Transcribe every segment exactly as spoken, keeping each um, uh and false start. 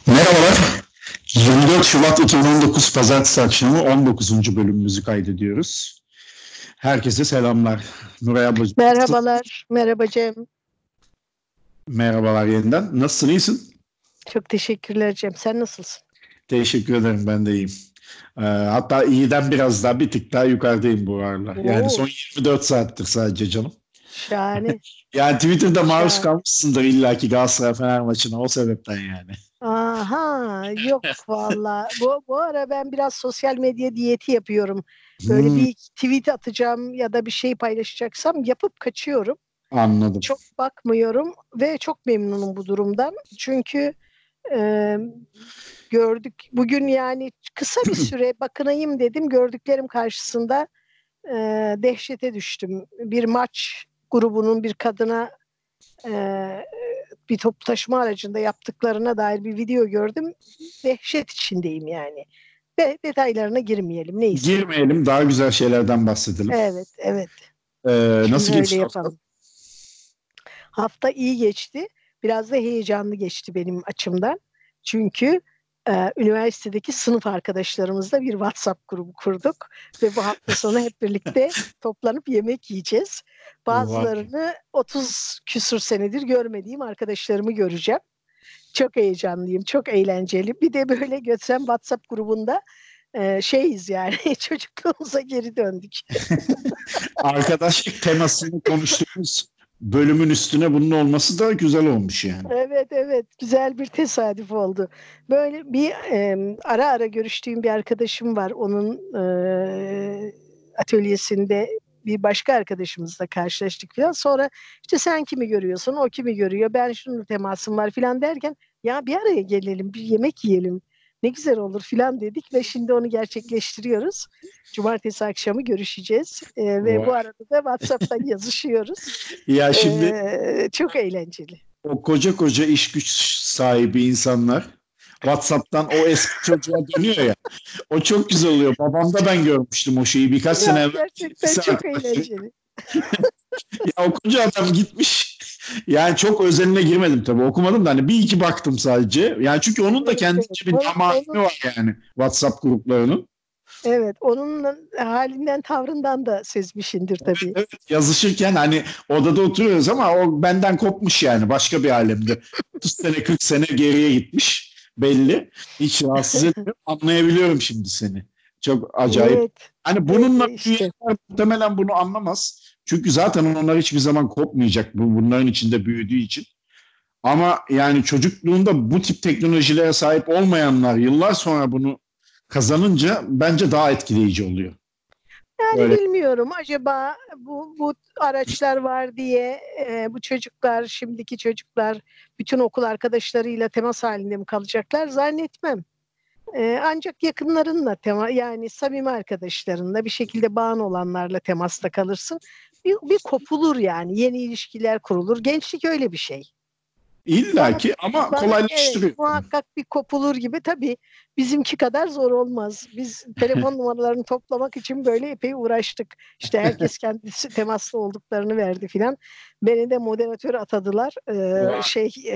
Merhabalar. yirmi dört Şubat iki bin on dokuz Pazartesi akşamı on dokuzuncu bölümümüzü kaydediyoruz. Herkese selamlar. Nuray ablacığım. Merhabalar, merhaba Cem. Merhabalar yeniden. Nasılsın, iyisin? Çok teşekkürler Cem. Sen nasılsın? Teşekkür ederim, ben de iyiyim. Ee, hatta iyiden biraz daha bir tık daha yukarıdayım bu aralar. Yani Oo, son yirmi dört saattir sadece canım. şahane, Yani Twitter'da maruz şahane. kalmışsındır illaki Galatasaray Fener maçına, o sebepten yani. Aha, yok valla. Bu, bu ara ben biraz sosyal medya diyeti yapıyorum. Böyle Hmm, bir tweet atacağım ya da bir şey paylaşacaksam yapıp kaçıyorum. anladım. Çok bakmıyorum ve çok memnunum bu durumdan. Çünkü e, gördük bugün yani kısa bir süre bakınayım dedim. Gördüklerim karşısında e, dehşete düştüm. Bir maç grubunun bir kadına e, bir toplu taşıma aracında yaptıklarına dair bir video gördüm. Dehşet içindeyim yani. Ve detaylarına girmeyelim neyse. Girmeyelim, daha güzel şeylerden bahsedelim. Evet, evet. Ee, Şimdi nasıl öyle geçti hafta? yapalım. Hafta iyi geçti. Biraz da heyecanlı geçti benim açımdan. Çünkü e, üniversitedeki sınıf arkadaşlarımızla bir WhatsApp grubu kurduk ve bu hafta sonu hep birlikte toplanıp yemek yiyeceğiz. Vay. Bazılarını otuz küsur senedir görmediğim arkadaşlarımı göreceğim. Çok heyecanlıyım, çok eğlenceli. Bir de böyle götsem WhatsApp grubunda e, şeyiz yani çocukluğumuza geri döndük. Arkadaşlık temasını konuştuğumuz bölümün üstüne bunun olması da güzel olmuş yani. Evet, evet, güzel bir tesadüf oldu. Böyle bir e, ara ara görüştüğüm bir arkadaşım var. Onun e, atölyesinde bir başka arkadaşımızla karşılaştık falan. Sonra işte sen kimi görüyorsun, o kimi görüyor, ben şunun temasım var falan derken ya bir araya gelelim, bir yemek yiyelim. Ne güzel olur falan dedik ve şimdi onu gerçekleştiriyoruz. Cumartesi akşamı görüşeceğiz. E, ve bu Vay. arada da WhatsApp'tan yazışıyoruz. Ya şimdi E, çok eğlenceli. o koca koca iş güç sahibi insanlar WhatsApp'tan o eski çocuğa dönüyor ya. O çok güzel oluyor. Babamda ben görmüştüm o şeyi birkaç sene Ya evvel. gerçekten Lise çok arkadaşı. eğlenceli. Ya o koca adam gitmiş. Yani çok özeline girmedim tabii. Okumadım da hani bir iki baktım sadece. Yani çünkü onun da Evet, evet. kendince bir Onun, namahini onun, var yani WhatsApp gruplarının. evet, onun halinden, tavrından da sezmişindir tabii. Evet, yazışırken hani odada oturuyoruz ama o benden kopmuş yani başka bir alemde. otuz sene kırk sene geriye gitmiş belli. Hiç rahatsız etmiyor. Anlayabiliyorum şimdi seni. Çok acayip. Evet, Hani bununla öyle işte. büyüyenler muhtemelen bunu anlamaz. Çünkü zaten onlar hiçbir zaman kopmayacak bu bunların içinde büyüdüğü için. Ama yani çocukluğunda bu tip teknolojilere sahip olmayanlar yıllar sonra bunu kazanınca bence daha etkileyici oluyor. Yani Öyle. bilmiyorum acaba bu bu araçlar var diye e, bu çocuklar, şimdiki çocuklar bütün okul arkadaşlarıyla temas halinde mi kalacaklar? Zannetmem. E, ancak yakınlarınla tema yani samimi arkadaşlarınla bir şekilde bağın olanlarla temasta kalırsın. Bir, bir kopulur yani yeni ilişkiler kurulur. Gençlik öyle bir şey. İlla Bana ki ama bana evet kolaylaştırıyor. muhakkak bir kopulur gibi tabii bizimki kadar zor olmaz. Biz telefon numaralarını toplamak için böyle epey uğraştık. İşte herkes kendisi temaslı olduklarını verdi filan. Beni de moderatör atadılar. Ee, Vay. şey e,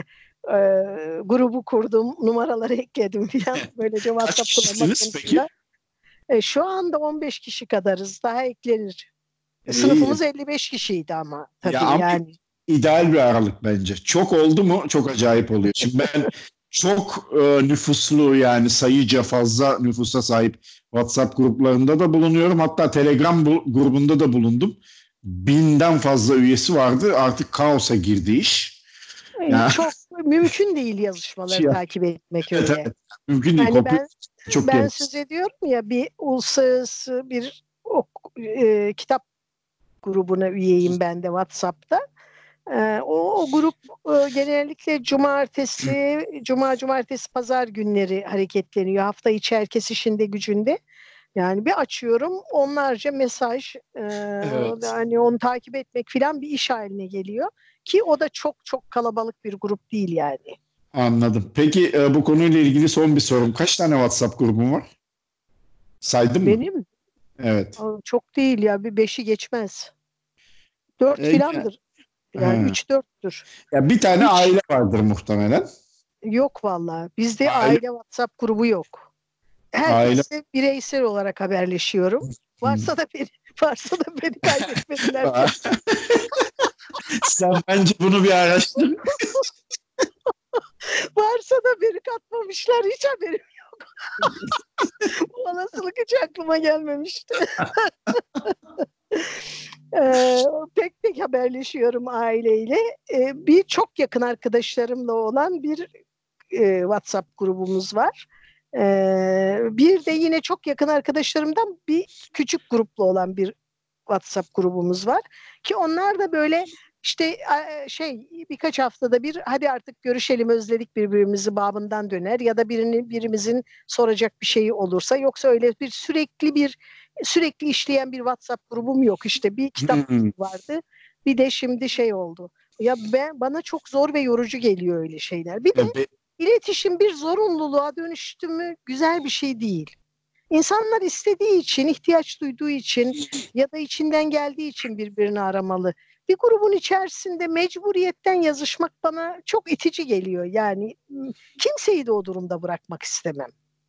grubu kurdum, numaraları ekledim filan. Böylece Kaç WhatsApp kullanmak kişisiniz peki? konusunda. E, şu anda on beş kişi kadarız. Daha eklenir. İyi. Sınıfımız elli beş kişiydi ama Ya tabii ama yani. ideal bir aralık bence. Çok oldu mu çok acayip oluyor. Şimdi ben çok e, nüfuslu yani sayıca fazla nüfusa sahip WhatsApp gruplarında da bulunuyorum. Hatta Telegram bu- grubunda da bulundum. Binden fazla üyesi vardı. Artık kaosa girdi iş. E, Yani çok mümkün değil yazışmaları takip etmek evet, öyle. evet. Mümkün değil. Hani Kopya ben çok ben gereksiz. söz ediyorum ya bir uluslararası bir ok, e, kitap grubuna üyeyim ben de WhatsApp'ta. E, o, o grup e, genellikle cumartesi, cuma, cumartesi, pazar günleri hareketleniyor. Hafta içi herkes işinde gücünde. Yani bir açıyorum onlarca mesaj, e, Evet. hani onu takip etmek filan bir iş haline geliyor. Ki o da çok çok kalabalık bir grup değil yani. Anladım. Peki e, bu konuyla ilgili son bir sorum. Kaç tane WhatsApp grubun var? Saydın mı? Benim Evet. çok değil ya bir beşi geçmez. Dört E, ya, filandır. Yani ha. üç dörttür. Ya bir tane Hiç aile vardır muhtemelen. Yok vallahi. Bizde Aile, aile WhatsApp grubu yok. aile. Herkesle bireysel olarak haberleşiyorum. Varsa da beni, varsa da beni kaydetmediler. Sen bence bunu bir araştır. Varsa da beni katmamışlar. Hiç haberim yok. Bu olasılık hiç aklıma gelmemişti. Ee, tek tek haberleşiyorum aileyle. Ee, bir çok yakın arkadaşlarımla olan bir e, WhatsApp grubumuz var. Ee, bir de yine çok yakın arkadaşlarımdan bir küçük gruplu olan bir WhatsApp grubumuz var. Ki onlar da böyle işte e, şey birkaç haftada bir hadi artık görüşelim özledik birbirimizi babından döner ya da birini birimizin soracak bir şeyi olursa yoksa öyle bir sürekli bir sürekli işleyen bir WhatsApp grubum yok işte bir kitap Hmm. vardı bir de şimdi şey oldu ya ben bana çok zor ve yorucu geliyor öyle şeyler bir de E, be- iletişim bir zorunluluğa dönüştü mü güzel bir şey değil. İnsanlar istediği için, ihtiyaç duyduğu için ya da içinden geldiği için birbirini aramalı. Bir grubun içerisinde mecburiyetten yazışmak bana çok itici geliyor. Yani kimseyi de o durumda bırakmak istemem.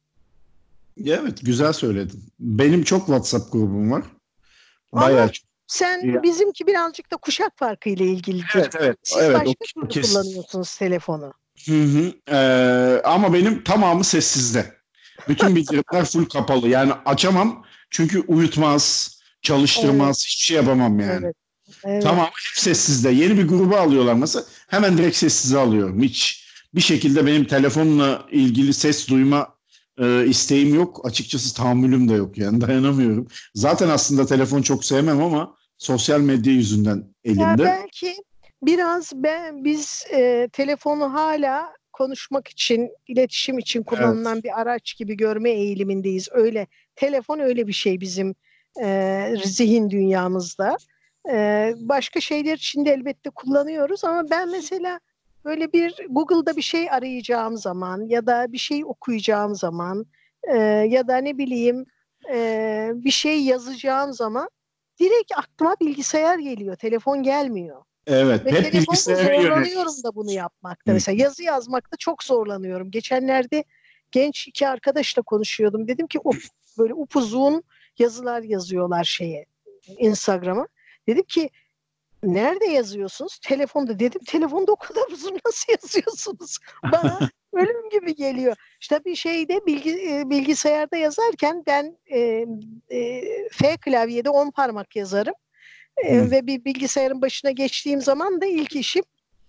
Evet, güzel söyledin. Benim çok WhatsApp grubum var. Bayağı Ama çok. sen Ya, bizimki birazcık da kuşak farkı ile ilgilidir. evet, evet, Siz evet. O, başka o türlü kesin. kullanıyorsunuz telefonu. Hı hı. Ee, ama benim tamamı sessizde. Bütün bildirimler full kapalı. Yani açamam çünkü uyutmaz, Evet, çalıştırmaz, hiçbir şey yapamam yani. evet, evet. Tamam, hep sessizde. Yeni bir gruba alıyorlar mesela. Hemen direkt sessize alıyorum. Hiç bir şekilde benim telefonla ilgili ses duyma e, isteğim yok. Açıkçası tahammülüm de yok yani dayanamıyorum. Zaten aslında telefon çok sevmem ama sosyal medya yüzünden Ya elimde. belki biraz ben biz e, telefonu hala konuşmak için, iletişim için Evet. kullanılan bir araç gibi görme eğilimindeyiz. Öyle telefon öyle bir şey bizim e, zihin dünyamızda. E, başka şeyler için de elbette kullanıyoruz ama ben mesela böyle bir Google'da bir şey arayacağım zaman ya da bir şey okuyacağım zaman e, ya da ne bileyim e, bir şey yazacağım zaman direkt aklıma bilgisayar geliyor, telefon gelmiyor. Evet. Ve Hep telefonda bilgisayara zorlanıyorum yöneliyoruz. da bunu yapmakta. Hı. Mesela yazı yazmakta çok zorlanıyorum. Geçenlerde genç iki arkadaşla konuşuyordum. Dedim ki up, böyle upuzun yazılar yazıyorlar şeye, Instagram'a. Dedim ki nerede yazıyorsunuz? Telefonda. Dedim telefonda o kadar uzun nasıl yazıyorsunuz? Bana ölüm gibi geliyor. İşte bir şeyde bilgi, e, bilgisayarda yazarken ben e, e, F klavyede on parmak yazarım. Hı. E, ve bir bilgisayarın başına geçtiğim zaman da ilk işim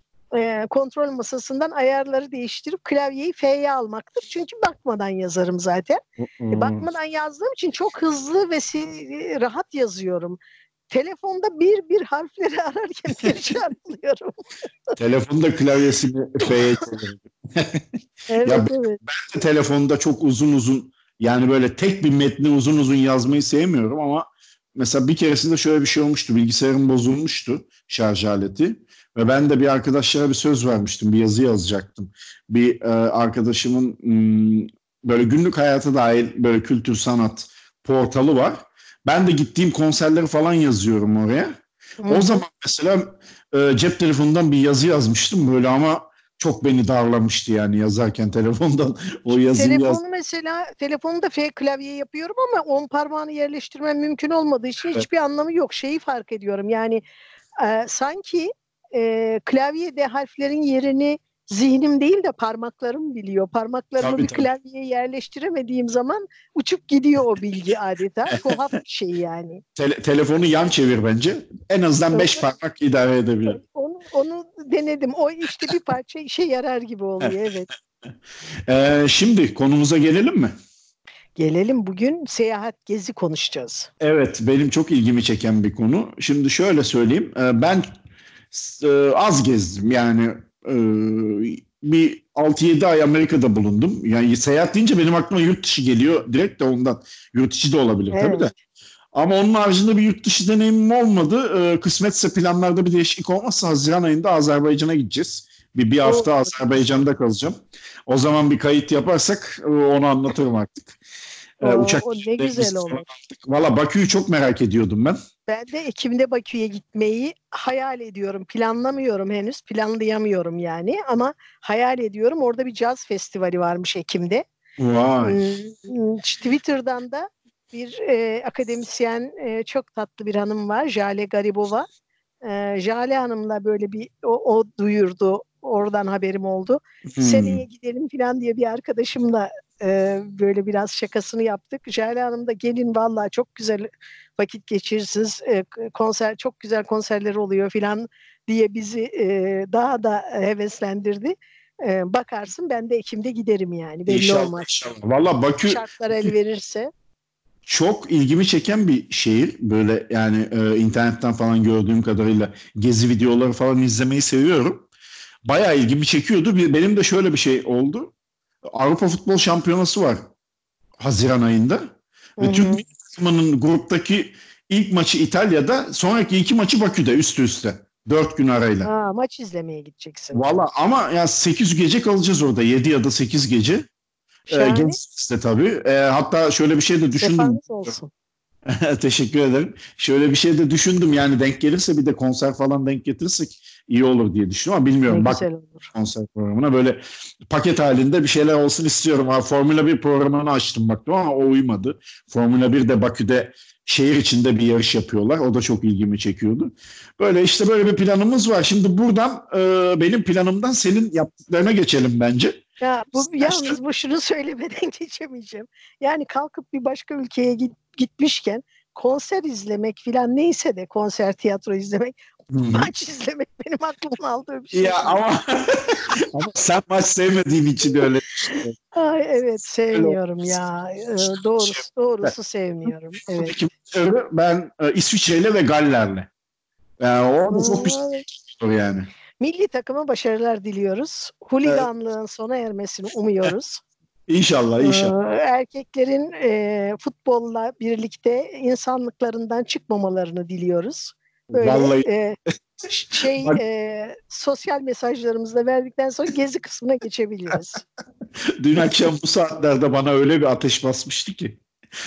e, kontrol masasından ayarları değiştirip klavyeyi F'ye almaktır. Çünkü bakmadan yazarım zaten. E, Hı. bakmadan yazdığım için çok hızlı ve si- rahat yazıyorum. Telefonda bir bir harfleri ararken perişan oluyorum. Telefonda klavyesini F'ye çeviriyorum. Ya Evet, evet. ben de telefonda çok uzun uzun yani böyle tek bir metni uzun uzun yazmayı sevmiyorum ama mesela bir keresinde şöyle bir şey olmuştu. Bilgisayarım bozulmuştu, şarj aleti, ve ben de bir arkadaşlara bir söz vermiştim. Bir yazı yazacaktım. Bir e, arkadaşımın m, böyle günlük hayata dair böyle kültür sanat portalı var. Ben de gittiğim konserleri falan yazıyorum oraya. Hı O hı. zaman mesela e, cep telefonundan bir yazı yazmıştım böyle ama çok beni darlamıştı yani yazarken telefondan o yazıyı yaz. Telefonu mesela telefonu da F klavye yapıyorum ama on parmağını yerleştirmem mümkün olmadığı için Evet, hiçbir anlamı yok. Şeyi fark ediyorum yani e, sanki e, klavyede harflerin yerini zihnim değil de parmaklarım biliyor. Parmaklarımı tabii bir tabii. klavyeye yerleştiremediğim zaman uçup gidiyor o bilgi adeta. Tuhaf bir şey yani. Tele- telefonu yan çevir bence. En azından beş parmak idare edebilir. Onu, onu denedim. O işte bir parça işe yarar gibi oluyor. Evet. Ee, şimdi konumuza gelelim mi? Gelelim bugün seyahat gezi konuşacağız. Evet, benim çok ilgimi çeken bir konu. Şimdi şöyle söyleyeyim. Ee, Ben e, az gezdim. Yani e, bir altı yedi ay Amerika'da bulundum. Yani seyahat deyince benim aklıma yurt dışı geliyor. Direkt de ondan. Yurt içi de olabilir tabii de. Evet. Ama onun haricinde bir yurt dışı deneyimim olmadı. Ee, kısmetse planlarda bir değişiklik olmazsa Haziran ayında Azerbaycan'a gideceğiz. Bir, bir hafta Oo, ne güzel. Azerbaycan'da kalacağım. O zaman bir kayıt yaparsak e, onu anlatırım artık. O, Ee, uçak o ne güzel biletlerimizi falan olur. aldık. Valla Bakü'yü çok merak ediyordum ben. Ben de Ekim'de Bakü'ye gitmeyi hayal ediyorum. Planlamıyorum henüz. Planlayamıyorum yani. Ama hayal ediyorum. Orada bir caz festivali varmış Ekim'de. Vay. Hmm, Twitter'dan da bir e, akademisyen, e, çok tatlı bir hanım var. Jale Garibova. E, Jale Hanım'la böyle bir o, o duyurdu. Oradan haberim oldu. Hmm. Seneye gidelim falan diye bir arkadaşımla e, böyle biraz şakasını yaptık. Jale Hanım da gelin vallahi çok güzel vakit geçirirsiniz. E, konser çok güzel konserler oluyor falan diye bizi e, daha da heveslendirdi. E, bakarsın ben de Ekim'de giderim yani belli İnşallah, olmaz. inşallah. Valla Bakü Şartlar el verirse. çok ilgimi çeken bir şehir. Böyle yani e, internetten falan gördüğüm kadarıyla gezi videoları falan izlemeyi seviyorum. Bayağı ilgimi çekiyordu. Bir- Benim de şöyle bir şey oldu. Avrupa Futbol Şampiyonası var Haziran ayında. Hı Ve Türk hı. milli takımının gruptaki ilk maçı İtalya'da, sonraki iki maçı Bakü'de üst üste. Dört gün arayla. Aa, maç izlemeye gideceksin. Valla ama ya sekiz gece kalacağız orada. Yedi ya da sekiz gece. Ee, Şahane. genç de tabii. Ee, hatta şöyle bir şey de düşündüm. Sefanız olsun. Teşekkür ederim. Şöyle bir şey de düşündüm. Yani denk gelirse bir de konser falan denk getirirsek iyi olur diye düşünüyorum ama Ne bilmiyorum. Bak güzel olur. konser programına böyle paket halinde bir şeyler olsun istiyorum. Ha, Formula bir programını açtım baktım ama o uymadı. Formula bir de Bakü'de şehir içinde bir yarış yapıyorlar. O da çok ilgimi çekiyordu. Böyle işte böyle bir planımız var. Şimdi buradan e, benim planımdan senin yaptıklarına geçelim bence. Ya bu Sen işte- yalnız bu şunu söylemeden geçemeyeceğim. Yani kalkıp bir başka ülkeye git, gitmişken konser izlemek filan neyse de konser tiyatro izlemek Hı hı. maç izlemek benim aklımın aldığı bir şey Ya değil. ama ama sen maç sevmediğin için öyle düşünüyorum. Ay evet Öyle sevmiyorum olmaz. ya. Ee, Doğrusu doğrusu sevmiyorum. Evet. Buradaki maçları ben e, İsviçre'yle ve Galler'le. Yani orada çok Hmm, güzel evet. yani. Milli takıma başarılar diliyoruz. Evet, Huliganlığın sona ermesini umuyoruz. İnşallah, Ee, inşallah. erkeklerin e, futbolla birlikte insanlıklarından çıkmamalarını diliyoruz. Böyle Vallahi e, ş- şey bak, e, sosyal mesajlarımızı da verdikten sonra gezi kısmına geçebiliriz. dün akşam bu saatlerde bana öyle bir ateş basmıştı ki.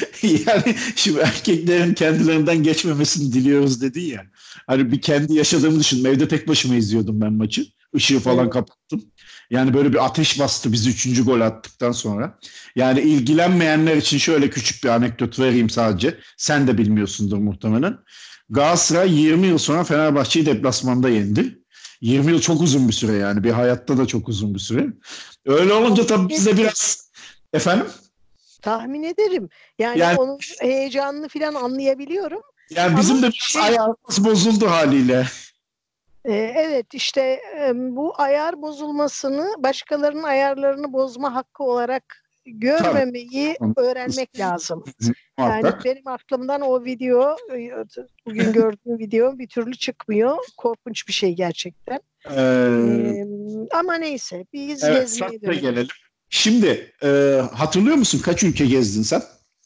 Yani şimdi erkeklerin kendilerinden geçmemesini diliyoruz dedin ya. Hani bir kendi yaşadığımı düşündüm. Evde tek başıma izliyordum ben maçı. Işığı falan Evet. kapattım. Yani böyle bir ateş bastı bizi üçüncü gol attıktan sonra. Yani ilgilenmeyenler için şöyle küçük bir anekdot vereyim sadece. Sen de bilmiyorsundur muhtemelen. Galatasaray yirmi yıl sonra Fenerbahçe'yi deplasmanda yendi. yirmi yıl çok uzun bir süre yani. Bir hayatta da çok uzun bir süre. Öyle olunca tabii Tahmin biz de ederim. biraz efendim Tahmin ederim. Yani yani onun heyecanını falan anlayabiliyorum. yani Ama bizim de biraz şey ayağımız bozuldu haliyle. e, evet işte e, bu ayar bozulmasını başkalarının ayarlarını bozma hakkı olarak Tabii. görmemeyi öğrenmek lazım. Yani Muhakkak. benim aklımdan o video, e, bugün gördüğüm video bir türlü çıkmıyor. Korkunç bir şey gerçekten. Ee, Ee, ama neyse biz evet, gezmeye Sarp'a dönelim. gelelim. Şimdi e, hatırlıyor musun kaç ülke gezdin sen?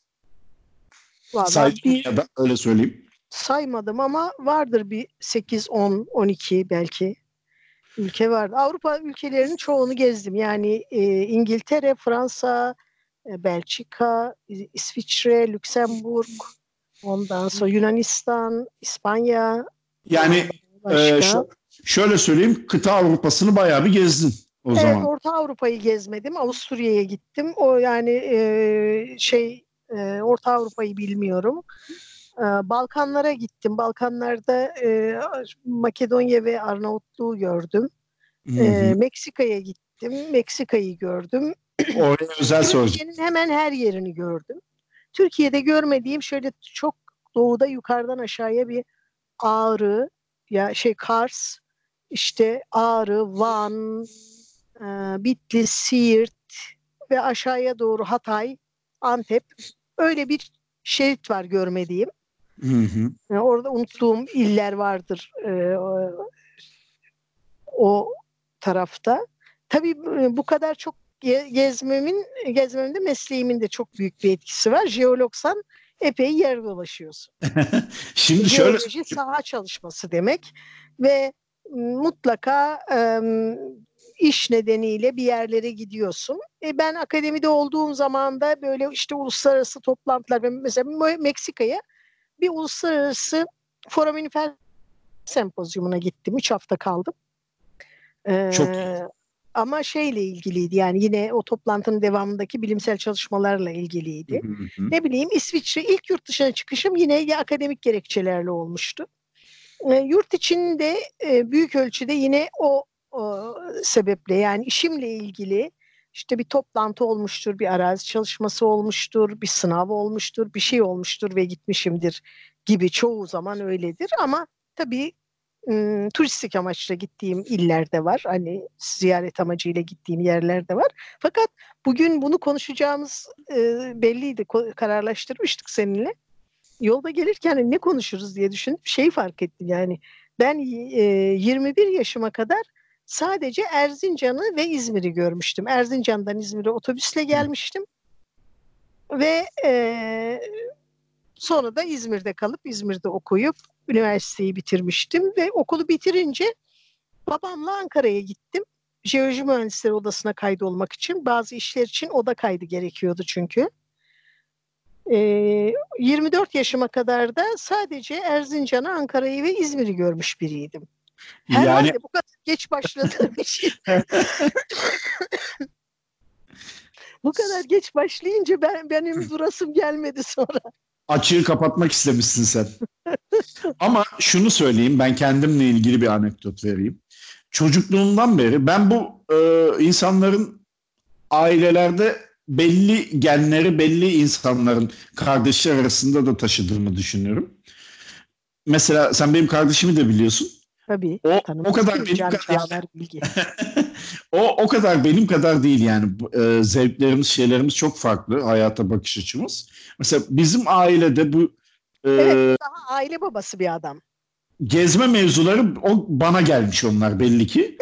Valla Saydın mı bir ya da öyle söyleyeyim. saymadım ama vardır bir sekiz, on, on iki belki ülke vardı. Avrupa ülkelerinin çoğunu gezdim. Yani e, İngiltere, Fransa, e, Belçika, İ- İsviçre, Lüksemburg, ondan sonra Yunanistan, İspanya, Yani e, başka. şu, şöyle söyleyeyim kıta Avrupa'sını bayağı bir gezdin o Evet, zaman. Orta Avrupa'yı gezmedim. Avusturya'ya gittim. O yani e, şey e, Orta Avrupa'yı bilmiyorum. E, Balkanlara gittim. Balkanlarda e, Makedonya ve Arnavutluğu gördüm. Hı E, hı. Meksika'ya gittim. Meksika'yı gördüm. Oraya özel soracağım. Türkiye'nin hemen her yerini gördüm. Türkiye'de görmediğim şöyle çok doğuda yukarıdan aşağıya bir Ağrı, ya şey Kars, işte Ağrı, Van, e, Bitlis, Siirt ve aşağıya doğru Hatay, Antep. Öyle bir şerit var görmediğim. Hı hı. Yani orada unuttuğum iller vardır e, o, o tarafta. Tabii e, bu kadar çok ge- gezmemin gezmemde mesleğimin de çok büyük bir etkisi var. Jeologsan epey yer dolaşıyorsun. Şimdi şöyle Jeoloji saha çalışması demek ve mutlaka e, iş nedeniyle bir yerlere gidiyorsun. E, ben akademide olduğum zaman da böyle işte uluslararası toplantılar, mesela Meksika'ya bir uluslararası Foraminifera sempozyumuna gittim. Üç hafta kaldım. Ee, Çok iyi. Ama şeyle ilgiliydi, yani yine o toplantının devamındaki bilimsel çalışmalarla ilgiliydi. Hı hı. Ne bileyim, İsviçre ilk yurt dışına çıkışım yine ya akademik gerekçelerle olmuştu. E, yurt içinde e, büyük ölçüde yine o, o sebeple, yani işimle ilgili işte bir toplantı olmuştur, bir arazi çalışması olmuştur, bir sınav olmuştur, bir şey olmuştur ve gitmişimdir gibi, çoğu zaman öyledir. Ama tabii ım, turistik amaçla gittiğim iller de var. Hani ziyaret amacıyla gittiğim yerler de var. Fakat bugün bunu konuşacağımız e, belliydi, ko- kararlaştırmıştık seninle. Yolda gelirken ne konuşuruz diye düşünüp şeyi fark ettim, yani ben e, yirmi bir yaşıma kadar sadece Erzincan'ı ve İzmir'i görmüştüm. Erzincan'dan İzmir'e otobüsle gelmiştim ve e, sonra da İzmir'de kalıp İzmir'de okuyup üniversiteyi bitirmiştim ve okulu bitirince babamla Ankara'ya gittim. Jeoloji Mühendisleri Odası'na kaydolmak için, bazı işler için oda kaydı gerekiyordu çünkü. Ee, yirmi dört yaşıma kadar da sadece Erzincan'ı, Ankara'yı ve İzmir'i görmüş biriydim. Yani Herhalde bu kadar geç başladığım için, bu kadar geç başlayınca ben benim durasım gelmedi sonra. açığı kapatmak istemişsin sen. Ama şunu söyleyeyim, ben kendimle ilgili bir anekdot vereyim. Çocukluğumdan beri ben bu e, insanların ailelerde belli genleri belli insanların kardeşler arasında da taşıdığımı düşünüyorum. Mesela sen benim kardeşimi de biliyorsun. Tabii, O o tanımaz kadar mıyım benim Can kadar yani Çağlar Bilgi? o o kadar benim kadar değil yani. E, zevklerimiz, şeylerimiz çok farklı, hayata bakış açımız. Mesela bizim ailede bu e, Evet, o daha aile babası bir adam. gezme mevzuları o bana gelmiş onlar belli ki.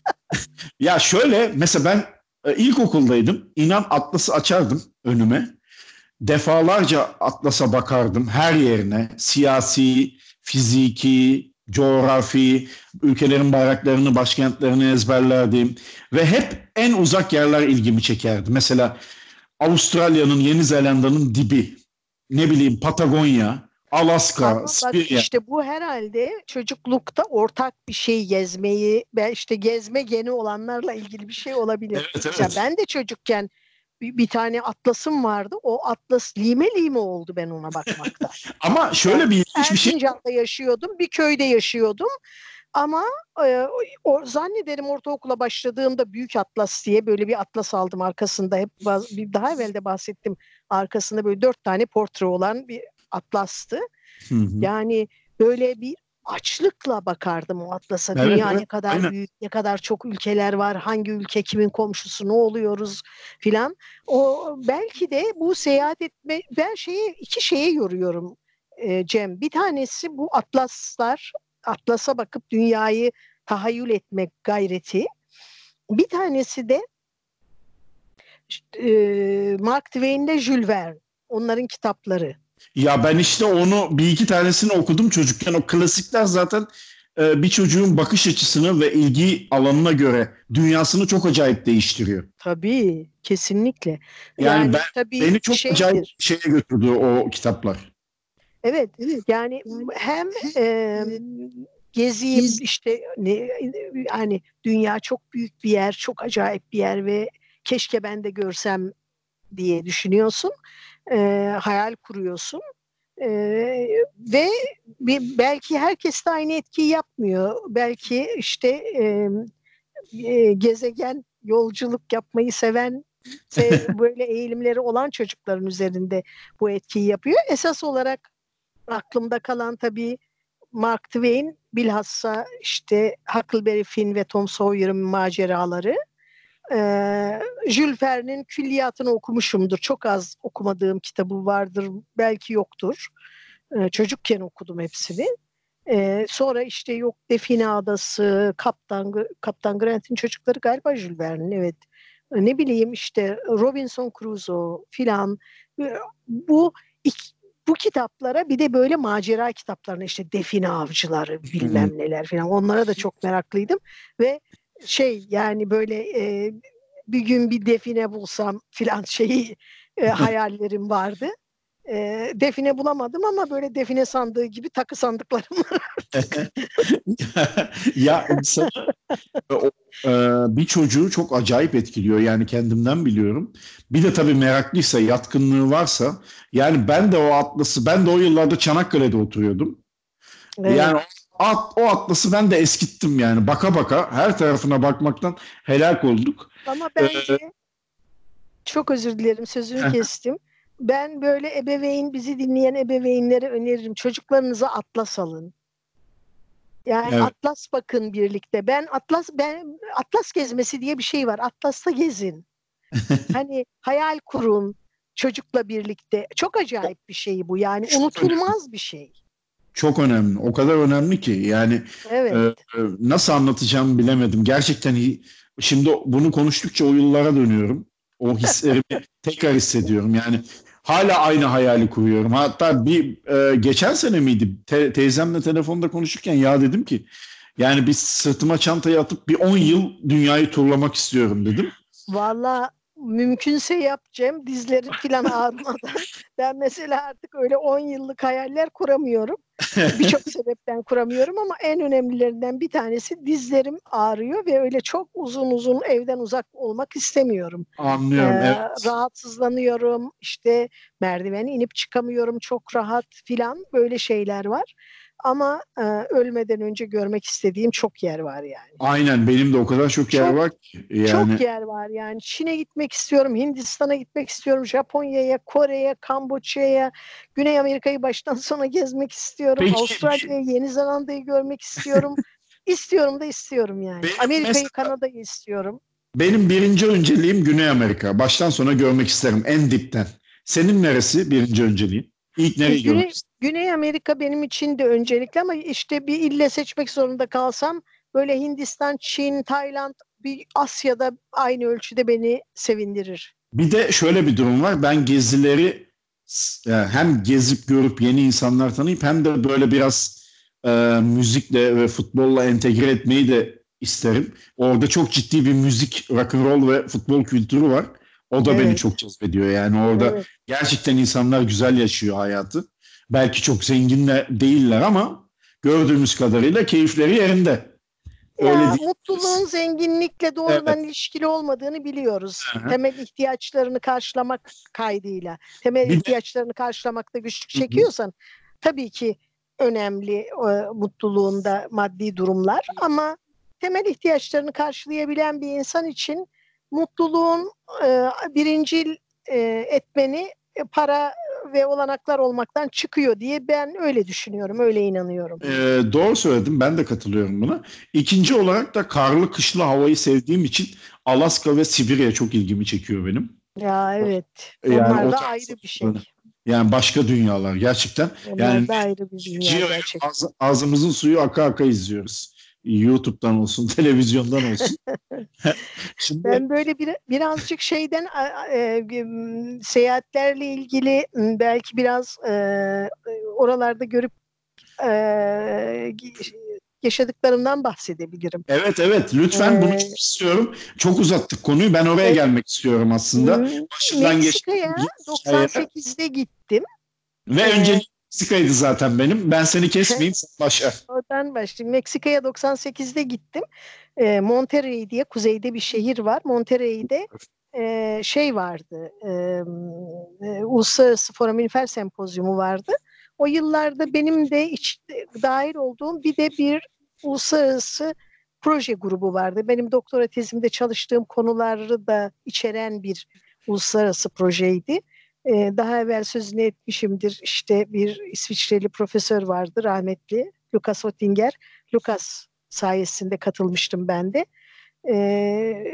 Ya şöyle mesela ben e, ilkokuldaydım. İnan atlası açardım önüme. Defalarca atlasa bakardım her yerine. Siyasi, fiziki, coğrafi, ülkelerin bayraklarını, başkentlerini ezberlerdim. Ve hep en uzak yerler ilgimi çekerdi. Mesela Avustralya'nın, Yeni Zelanda'nın dibi. Ne bileyim Patagonya, Alaska, Ama bak, Sibirya. işte bu herhalde çocuklukta ortak bir şey, gezmeyi, ben işte gezme geni olanlarla ilgili bir şey olabilir. Evet, Mesela evet. ben de çocukken bir, bir tane atlasım vardı. O atlas lime lime oldu ben ona bakmaktan. Ama Yani şöyle bir ilginç bir şey. Erzincan'da yaşıyordum, bir köyde yaşıyordum. Ama e, o, zannederim ortaokula başladığımda Büyük Atlas diye böyle bir atlas aldım arkasında. Hep baz- bir daha evvel de bahsettim. Arkasında böyle dört tane portre olan bir atlastı. Hı hı. Yani böyle bir açlıkla bakardım o atlasa. Evet, Dünya evet. ne kadar Aynen. büyük, ne kadar çok ülkeler var, hangi ülke kimin komşusu, ne oluyoruz filan. O belki de bu seyahat etme, ben şeye, iki şeye yoruyorum e, Cem. Bir tanesi bu atlaslar, atlasa bakıp dünyayı tahayyül etmek gayreti. Bir tanesi de e, Mark Twain'de Jules Verne, onların kitapları. Ya ben işte onu bir iki tanesini okudum çocukken. O klasikler zaten e, bir çocuğun bakış açısını ve ilgi alanına göre dünyasını çok acayip değiştiriyor. Tabii, kesinlikle. Yani ben Yani tabii beni çok acayip şeydir. şeye götürdü o kitaplar. Evet, yani hem e, geziyim işte, ne, yani dünya çok büyük bir yer, çok acayip bir yer ve keşke ben de görsem diye düşünüyorsun, e, hayal kuruyorsun. E, Ve bir, belki herkes de aynı etkiyi yapmıyor. Belki işte e, e, gezegen yolculuk yapmayı seven ve böyle eğilimleri olan çocukların üzerinde bu etkiyi yapıyor. Esas olarak aklımda kalan tabii Mark Twain, bilhassa işte Huckleberry Finn ve Tom Sawyer'ın maceraları. Ee, Jules Verne'in külliyatını okumuşumdur. Çok az okumadığım kitabı vardır, belki yoktur. Ee, çocukken okudum hepsini. Ee, sonra işte yok Define Adası, Kaptan, Kaptan Grant'in çocukları galiba Jules Verne'in, evet. Ee, Ne bileyim işte Robinson Crusoe filan. Ee, Bu iki, bu kitaplara, bir de böyle macera kitaplarına, işte Define Avcıları Hmm. bilmem neler filan, onlara da çok meraklıydım ve şey, yani böyle e, bir gün bir define bulsam filan şeyi, e, hayallerim vardı. E, define bulamadım ama böyle define sandığı gibi takı sandıklarım var. Ya insanı o, e, bir çocuğu çok acayip etkiliyor. Yani kendimden biliyorum. Bir de tabii meraklıysa, yatkınlığı varsa. Yani ben de o atlası, ben de o yıllarda Çanakkale'de oturuyordum. Yani Evet. o, at, o atlası ben de eskittim yani. Baka baka her tarafına bakmaktan helak olduk. Ama E, bence çok özür dilerim sözünü kestim. Ben böyle ebeveyn bizi dinleyen ebeveynlere öneririm. Çocuklarınıza atlas alın. Yani evet. atlas bakın birlikte. Ben atlas ben atlas gezmesi diye bir şey var. Atlas'ta gezin. Hani hayal kurun çocukla birlikte. Çok acayip bir şey bu. Yani Çok önemli. unutulmaz bir şey. Çok önemli. O kadar önemli ki yani e, Evet. e, nasıl anlatacağımı bilemedim. Gerçekten iyi. Şimdi bunu konuştukça o yıllara dönüyorum. O hislerimi tekrar hissediyorum. Yani hala aynı hayali kuruyorum. Hatta bir e, geçen sene miydi? Te- teyzemle telefonda konuşurken ya dedim ki yani bir sırtıma çantayı atıp bir on yıl dünyayı turlamak istiyorum dedim. Valla mümkünse yapacağım. Dizlerim falan ağrımadan. Ben mesela artık öyle on yıllık hayaller kuramıyorum. Birçok sebepten kuramıyorum ama en önemlilerinden bir tanesi dizlerim ağrıyor ve öyle çok uzun uzun evden uzak olmak istemiyorum. Ee, Anlıyorum. Evet. rahatsızlanıyorum, işte merdiven inip çıkamıyorum çok rahat filan böyle şeyler var. Ama e, ölmeden önce görmek istediğim çok yer var yani. Aynen benim de o kadar çok yer Çok var ki çok yani yer var yani. Çin'e gitmek istiyorum, Hindistan'a gitmek istiyorum, Japonya'ya, Kore'ye, Kamboçya'ya, Güney Amerika'yı baştan sona gezmek istiyorum. peki bir şey, Avustralya'yı, Yeni Zelanda'yı görmek istiyorum. İstiyorum da istiyorum yani. benim Amerika'yı, mesela Kanada'yı istiyorum. benim birinci önceliğim Güney Amerika. Baştan sona görmek isterim en dipten. Senin neresi birinci önceliğin? İlk E, nereyi görmek Güney, istersin? Güney Amerika benim için de öncelikli ama işte bir ille seçmek zorunda kalsam böyle Hindistan, Çin, Tayland, bir Asya'da aynı ölçüde beni sevindirir. Bir de şöyle bir durum var. Ben gezileri s- e, hem gezip görüp yeni insanlar tanıyıp hem de böyle biraz e, müzikle ve futbolla entegre etmeyi de isterim. Orada çok ciddi bir müzik, rock and roll ve futbol kültürü var. O da beni Evet, çok cezbediyor. Yani orada evet. gerçekten insanlar güzel yaşıyor hayatı. Belki çok zengin de değiller ama gördüğümüz kadarıyla keyifleri yerinde. Öyle Ya diyebiliriz. mutluluğun zenginlikle Evet. doğrudan ilişkili olmadığını biliyoruz. Hı-hı. Temel ihtiyaçlarını karşılamak kaydıyla. Temel Bir de ihtiyaçlarını karşılamakta güçlük Hı-hı. çekiyorsan tabii ki önemli e, mutluluğunda maddi durumlar ama temel ihtiyaçlarını karşılayabilen bir insan için mutluluğun e, birincil e, etmeni e, para ve olanaklar olmaktan çıkıyor diye ben öyle düşünüyorum, öyle inanıyorum. Ee, doğru söyledim. Ben de katılıyorum buna. İkinci olarak da karlı kışlı havayı sevdiğim için Alaska ve Sibirya çok ilgimi çekiyor benim. Ya evet. Yani Onlar o da tarz ayrı bir şey. yani başka dünyalar gerçekten. Yani Onlar da ayrı bir dünya Gio'yu gerçekten. ağzı- ağzımızın suyu aka aka izliyoruz. YouTube'dan olsun, televizyondan olsun. Şimdi Ben böyle bir, birazcık şeyden a- a- e, m, seyahatlerle ilgili m, belki biraz e, oralarda görüp e, yaşadıklarımdan bahsedebilirim. evet evet lütfen bunu çok E, istiyorum. Çok uzattık konuyu. Ben oraya e, gelmek istiyorum aslında. m, Başından geçtiğim Meksika'ya bir hikaye. doksan sekizde gittim. Ve E, önceliğim Meksika'ydı zaten benim. Ben seni kesmeyeyim, sen başla. Oradan başlayayım. Meksika'ya doksan sekizde gittim. E, Monterrey diye kuzeyde bir şehir var. Monterrey'de e, şey vardı. E, e, Uluslararası Foraminifer Sempozyumu vardı. O yıllarda benim de iç, dahil olduğum bir de bir uluslararası proje grubu vardı. Benim doktora tezimde çalıştığım konuları da içeren bir uluslararası projeydi. Ee, daha evvel sözünü etmişimdir. İşte bir İsviçreli profesör vardı rahmetli Lucas Oettinger. Lucas sayesinde katılmıştım ben de. Ee,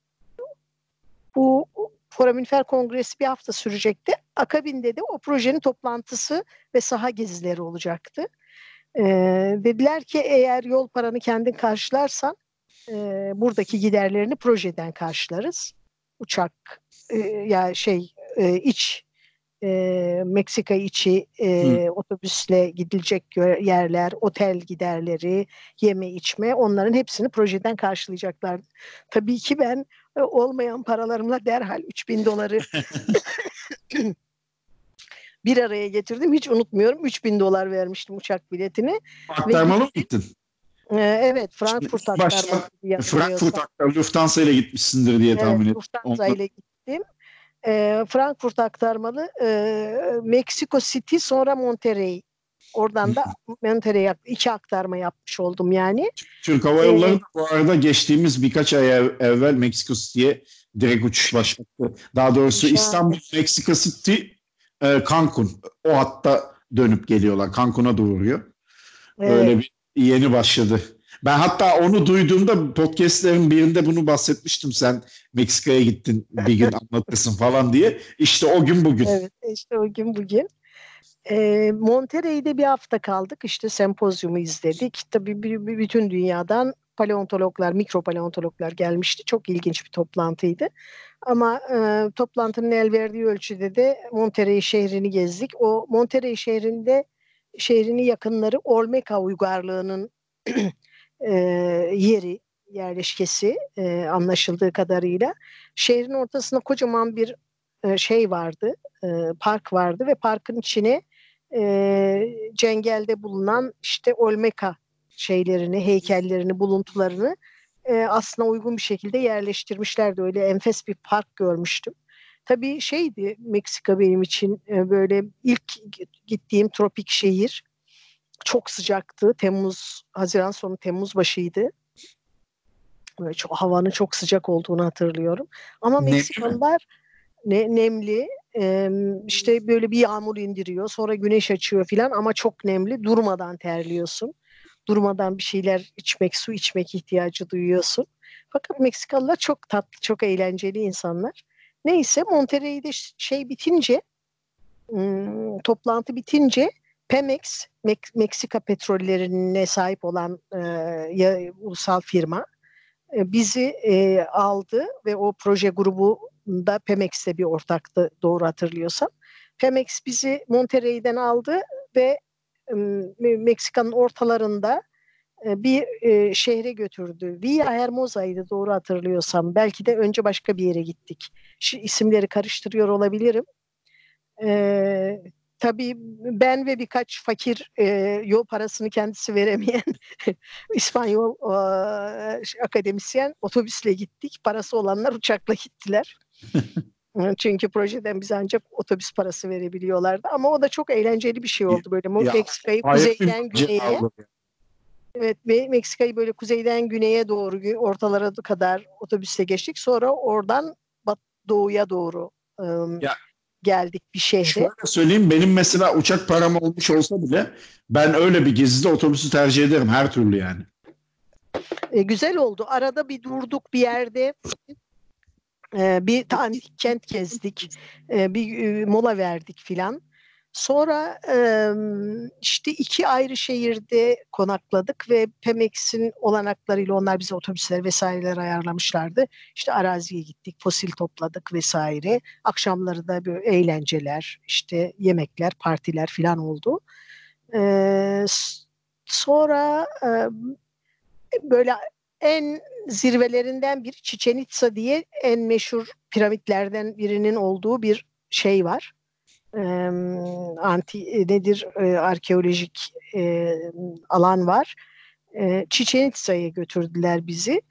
bu Foraminifer Kongresi bir hafta sürecekti. Akabinde de o projenin toplantısı ve saha gezileri olacaktı. Ee, dediler ki eğer yol paranı kendin karşılarsan e, buradaki giderlerini projeden karşılarız. Uçak e, ya şey e, iç e, Meksika içi Hı. e, otobüsle gidilecek yerler, otel giderleri, yeme içme onların hepsini projeden karşılayacaklar. Tabii ki ben e, olmayan paralarımla derhal üç bin doları bir araya getirdim. Hiç unutmuyorum. üç bin dolar vermiştim uçak biletini. Ve Aktarmalı mı gittin? e, evet, Şimdi Frankfurt ilk başta aktarmalı Frankfurt yanılmıyorsam. aktar, Lufthansa ile gitmişsindir diye Evet, tahmin ettim. Lufthansa Ondan ile gittim. E, Frankfurt aktarmalı, e, Mexico City, sonra Monterrey. Oradan da Monterrey'e iki aktarma yapmış oldum yani. Türk Hava Yolları E, da bu arada geçtiğimiz birkaç ay ev- evvel Meksiko City'ye direkt uçuş başlattı. Daha doğrusu İstanbul, şahane. Meksiko City, e, Cancun. O hatta dönüp geliyorlar. Cancun'a da uğruyor. Öyle Evet. bir yeni başladı. Ben hatta onu duyduğumda podcastlerin birinde bunu bahsetmiştim. Sen Meksika'ya gittin bir gün anlatırsın falan diye. İşte o gün bugün. Evet, işte o gün bugün. E, Monterrey'de bir hafta kaldık. İşte sempozyumu izledik. Tabii bir- bir- bütün dünyadan paleontologlar, mikropaleontologlar gelmişti. Çok ilginç bir toplantıydı. Ama e, toplantının el verdiği ölçüde de Monterrey şehrini gezdik. O Monterrey şehrinde şehrinin yakınları Olmeca uygarlığının e, yeri, yerleşkesi, e, anlaşıldığı kadarıyla. Şehrin ortasında kocaman bir e, şey vardı, e, park vardı ve parkın içine e, cengelde bulunan işte Olmeca şeylerini, heykellerini, buluntularını e, aslına uygun bir şekilde yerleştirmişlerdi. Öyle enfes bir park görmüştüm. Tabii şeydi Meksika benim için, e, böyle ilk gittiğim tropik şehir. Çok sıcaktı. Temmuz, Haziran sonu Temmuz başıydı. Böyle çok, havanın çok sıcak olduğunu hatırlıyorum. Ama Nemli mi? Meksikalılar ne, nemli, e, işte böyle bir yağmur indiriyor, sonra güneş açıyor filan ama çok nemli, durmadan terliyorsun. Durmadan bir şeyler içmek, su içmek ihtiyacı duyuyorsun. Fakat Meksikalılar çok tatlı, çok eğlenceli insanlar. Neyse Monterrey'de şey bitince, ım, toplantı bitince Pemex, Mek- Meksika petrollerine sahip olan e, ya, ulusal firma e, bizi e, aldı ve o proje grubunda Pemex'te bir ortaktı, doğru hatırlıyorsam. Pemex bizi Monterrey'den aldı ve e, Meksika'nın ortalarında e, bir e, şehre götürdü. Villa Hermosa'ydı doğru hatırlıyorsam. Belki de önce başka bir yere gittik. Şu isimleri karıştırıyor olabilirim. E, tabii ben ve birkaç fakir, e, yol parasını kendisi veremeyen İspanyol e, akademisyen otobüsle gittik. Parası olanlar uçakla gittiler. Çünkü projeden bize ancak otobüs parası verebiliyorlardı. Ama o da çok eğlenceli bir şey oldu. Böyle Ya Meksika'yı hayret bir kuzeyden macera güneye, oldu. evet, Meksika'yı böyle kuzeyden güneye doğru, ortalara kadar otobüsle geçtik. Sonra oradan bat, doğuya doğru ım, Ya geldik bir şehre. şöyle söyleyeyim, benim mesela uçak param olmuş olsa bile ben öyle bir gezide otobüsü tercih ederim her türlü yani. E, güzel oldu. Arada bir durduk bir yerde. E, bir antik kent gezdik. E, bir e, mola verdik filan. Sonra e, işte iki ayrı şehirde konakladık ve Pemex'in olanaklarıyla onlar bize otobüsler vesaireler ayarlamışlardı. İşte araziye gittik, fosil topladık vesaire. Akşamları da böyle eğlenceler, işte yemekler, partiler filan oldu. E, sonra e, böyle en zirvelerinden bir Chichen Itza diye en meşhur piramitlerden birinin olduğu bir şey var. Ee, anti nedir e, arkeolojik e, alan var. E, Chichen Itza'ya götürdüler bizi.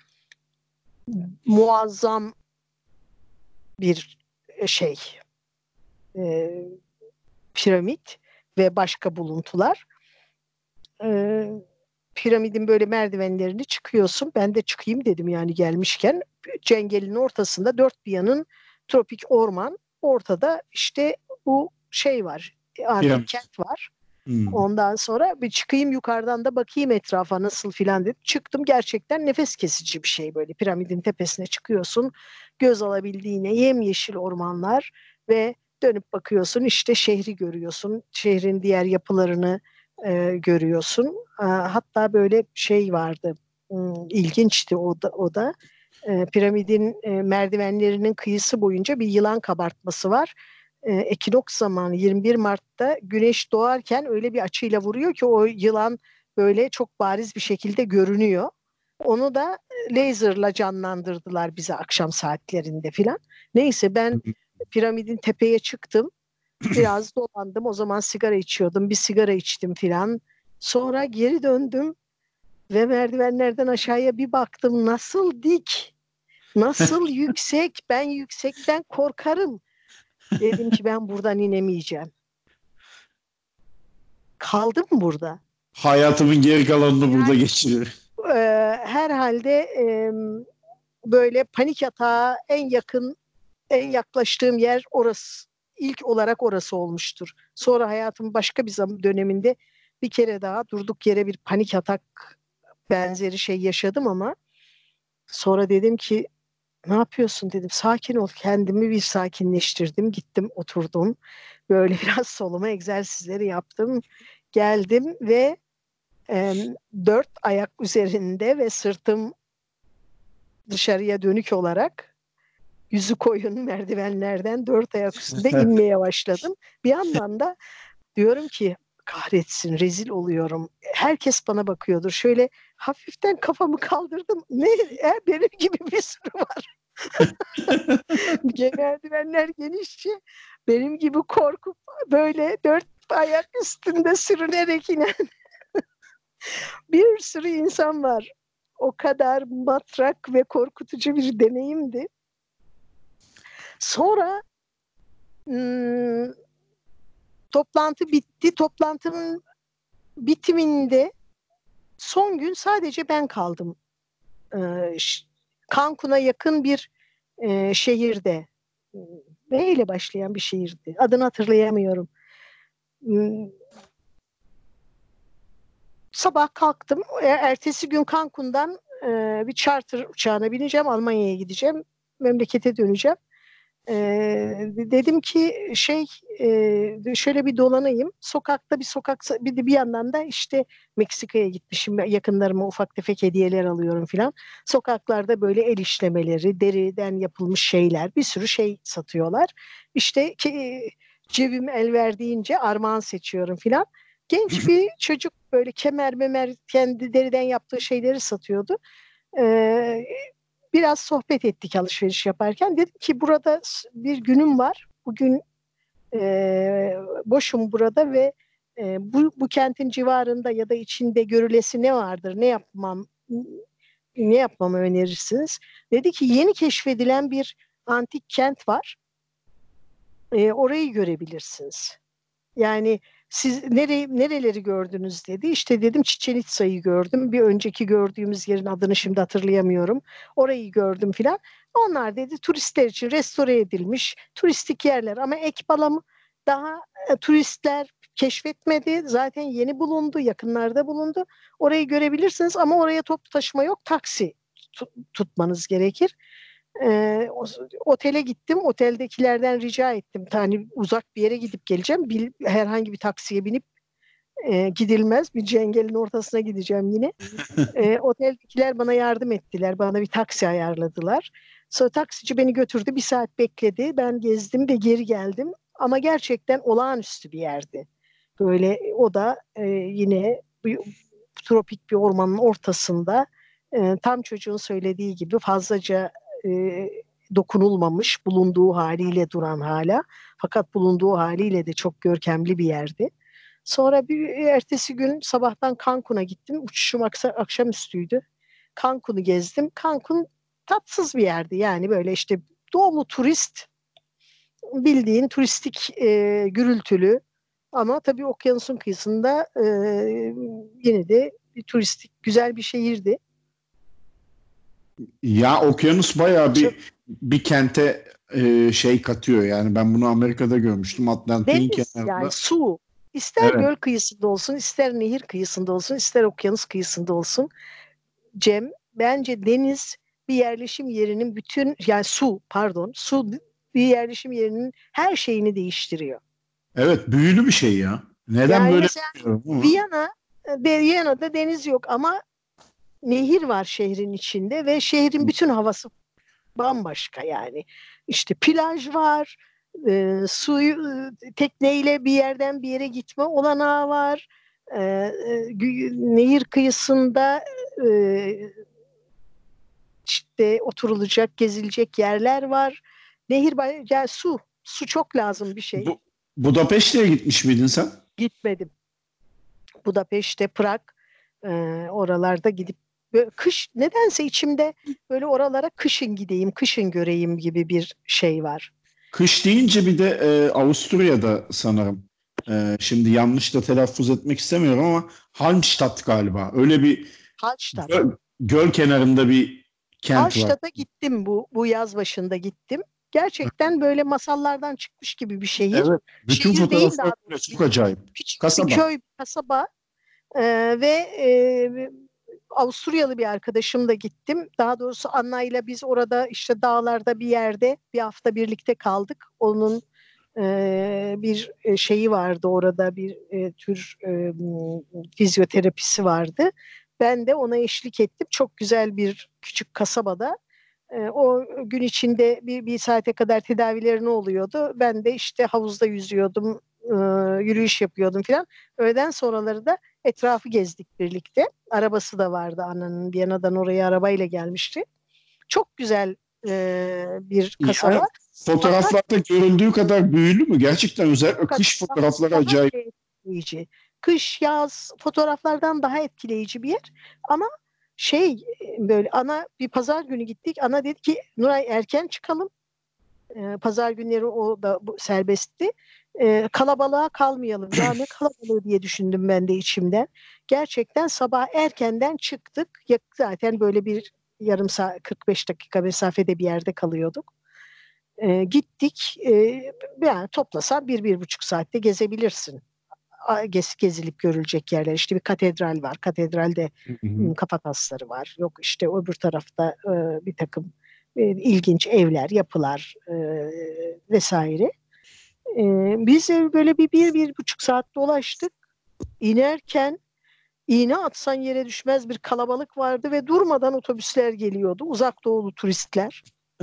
Muazzam bir şey, e, piramit ve başka buluntular. E, Piramidin böyle merdivenlerini çıkıyorsun. Ben de çıkayım dedim yani gelmişken. Cengelin ortasında dört bir yanın tropik orman. Ortada işte bu şey var. Antik Piramit. kent var. Hmm. Ondan sonra bir çıkayım yukarıdan da bakayım etrafa nasıl filan dedim. Çıktım, gerçekten nefes kesici bir şey böyle. Piramidin tepesine çıkıyorsun. Göz alabildiğine yemyeşil ormanlar ve dönüp bakıyorsun işte şehri görüyorsun. Şehrin diğer yapılarını e, görüyorsun. E, hatta böyle şey vardı. Hmm, ilginçti o da. O da. E, piramidin e, merdivenlerinin kıyısı boyunca bir yılan kabartması var. E, ekinoks zamanı yirmi bir Mart'ta güneş doğarken öyle bir açıyla vuruyor ki o yılan böyle çok bariz bir şekilde görünüyor. Onu da laserla canlandırdılar bize akşam saatlerinde filan. Neyse ben piramidin tepeye çıktım. Biraz dolandım. O zaman sigara içiyordum. Bir sigara içtim filan. Sonra geri döndüm ve merdivenlerden aşağıya bir baktım. Nasıl dik, nasıl yüksek. Ben yüksekten korkarım. Dedim ki ben buradan inemeyeceğim. Kaldım burada. Hayatımın geri kalanını burada Yani geçiriyorum. e, herhalde e, böyle panik atağa en yakın, en yaklaştığım yer orası. İlk olarak orası olmuştur. Sonra hayatımın başka bir zaman döneminde bir kere daha durduk yere bir panik atak benzeri şey yaşadım ama sonra dedim ki ne yapıyorsun dedim. Sakin ol. Kendimi bir sakinleştirdim. Gittim oturdum. Böyle biraz soluma egzersizleri yaptım. Geldim ve e, dört ayak üzerinde ve sırtım dışarıya dönük olarak yüzü koyun merdivenlerden dört ayak üstünde inmeye başladım. Bir yandan da diyorum ki kahretsin rezil oluyorum. Herkes bana bakıyordur. Şöyle hafiften kafamı kaldırdım. Ne? E, benim gibi bir sürü var. Merdivenler genişçe benim gibi korkup böyle dört ayak üstünde sürünerek inen bir sürü insan var. O kadar matrak ve korkutucu bir deneyimdi. Sonra hmm, toplantı bitti. Toplantının bitiminde son gün sadece ben kaldım. Ee, Cancun'a yakın bir e, şehirde. V ile başlayan bir şehirdi. Adını hatırlayamıyorum. Hmm, Sabah kalktım. E, Ertesi gün Cancun'dan e, bir charter uçağına bineceğim. Almanya'ya gideceğim. Memlekete döneceğim. Ee, dedim ki şey e, şöyle bir dolanayım. Sokakta bir sokak bir de bir yandan da işte Meksika'ya gitmişim. Yakınlarıma ufak tefek hediyeler alıyorum filan. Sokaklarda böyle el işlemeleri, deriden yapılmış şeyler, bir sürü şey satıyorlar. İşte ki, cebim el verdiğince armağan seçiyorum filan. Genç bir çocuk böyle kemer memer kendi deriden yaptığı şeyleri satıyordu. Ee, Biraz sohbet ettik alışveriş yaparken. Dedim ki burada bir günüm var. Bugün e, boşum burada ve e, bu, bu kentin civarında ya da içinde görülesi ne vardır? Ne yapmam ne yapmamı önerirsiniz? Dedi ki yeni keşfedilen bir antik kent var. E, orayı görebilirsiniz. Yani siz nere, nereleri gördünüz dedi. İşte dedim Chichen Itza'yı gördüm. Bir önceki gördüğümüz yerin adını şimdi hatırlayamıyorum. Orayı gördüm filan. Onlar dedi turistler için restore edilmiş turistik yerler ama Ekbalam daha e, turistler keşfetmedi. Zaten yeni bulundu, yakınlarda bulundu. Orayı görebilirsiniz ama oraya toplu taşıma yok. Taksi tutmanız gerekir. Ee, otele gittim. Oteldekilerden rica ettim. Hani uzak bir yere gidip geleceğim. Bir, herhangi bir taksiye binip e, gidilmez. Bir cengelin ortasına gideceğim yine. E, oteldekiler bana yardım ettiler. Bana bir taksi ayarladılar. Sonra taksici beni götürdü. Bir saat bekledi. Ben gezdim ve geri geldim. Ama gerçekten olağanüstü bir yerdi. Böyle o da e, yine bir, tropik bir ormanın ortasında e, tam çocuğun söylediği gibi fazlaca e, dokunulmamış bulunduğu haliyle duran hala fakat bulunduğu haliyle de çok görkemli bir yerdi. Sonra bir ertesi gün sabahtan Cancun'a gittim. Uçuşum aksa, akşamüstüydü. Cancun'u gezdim. Cancun tatsız bir yerdi. Yani böyle işte dolu turist, bildiğin turistik e, gürültülü ama tabii okyanusun kıyısında e, yine de bir turistik güzel bir şehirdi. Ya okyanus bayağı Çok, bir bir kente e, şey katıyor yani ben bunu Amerika'da görmüştüm Atlantik'in deniz yani kenarında. su. İster Evet. göl kıyısında olsun, ister nehir kıyısında olsun, ister okyanus kıyısında olsun. Cem, bence deniz bir yerleşim yerinin bütün, yani su pardon, su bir yerleşim yerinin her şeyini değiştiriyor. Evet, büyülü bir şey ya. Neden Yani böyle mesela bilmiyorum ama. Viyana, de, Viyana'da deniz yok ama nehir var şehrin içinde ve şehrin bütün havası bambaşka yani. İşte plaj var, e, suyu e, tekneyle bir yerden bir yere gitme olanağı var. E, e, nehir kıyısında e, işte oturulacak, gezilecek yerler var. Nehir, yani su, su çok lazım bir şey. Bu, Budapeşte'ye gitmiş miydin sen? Gitmedim. Budapeşte, Prag, e, oralarda gidip böyle kış nedense içimde böyle oralara kışın gideyim, kışın göreyim gibi bir şey var. Kış deyince bir de e, Avusturya'da sanırım. E, şimdi yanlış da telaffuz etmek istemiyorum ama Halmstad galiba. Öyle bir Hallstatt. göl, göl kenarında bir kent var. Hallstatt'a gittim, bu bu yaz başında gittim. Gerçekten böyle masallardan çıkmış gibi bir şehir. Evet. Bütün Şehir değil fotoğraflar daha bile doğrusu. çok acayip. Küçük bir Kasaba. köy, kasaba. Ee, ve e, Avusturyalı bir arkadaşımla gittim. Daha doğrusu Anna ile biz orada işte dağlarda bir yerde bir hafta birlikte kaldık. Onun e, bir şeyi vardı orada, bir e, tür e, fizyoterapisi vardı. Ben de ona eşlik ettim. Çok güzel bir küçük kasabada. E, o gün içinde bir, bir saate kadar tedavilerini oluyordu. Ben de işte havuzda yüzüyordum, e, yürüyüş yapıyordum filan. Öğleden sonraları da etrafı gezdik birlikte. Arabası da vardı Anna'nın. Viyana'dan oraya arabayla gelmişti. Çok güzel e, bir Yani kasaba. Fakat fotoğraflarda görüldüğü kadar büyülü mü? Gerçekten özellikle fakat kış daha, fotoğrafları daha acayip. şey etkileyici. Kış, yaz fotoğraflardan daha etkileyici bir yer. Ama şey, böyle ana bir pazar günü gittik. Ana dedi ki Nuray erken çıkalım. Ee, pazar günleri o da bu, serbestti. Ee, kalabalığa kalmayalım. Ya ne kalabalığı diye düşündüm ben de içimden. Gerçekten sabah erkenden çıktık. Ya, zaten böyle bir yarım saat, kırk beş dakika mesafede bir yerde kalıyorduk. Ee, gittik. Ee, yani toplasan bir, bir buçuk saatte gezebilirsin. A- Gez, gezilip görülecek yerler. İşte bir katedral var. Katedralde Hı hı. m, kafa tasları var. Yok işte öbür tarafta e, bir takım e, ilginç evler, yapılar e, vesaire. E, biz e, böyle bir, bir, bir buçuk saat dolaştık. İnerken iğne atsan yere düşmez bir kalabalık vardı ve durmadan otobüsler geliyordu. Uzak doğulu turistler,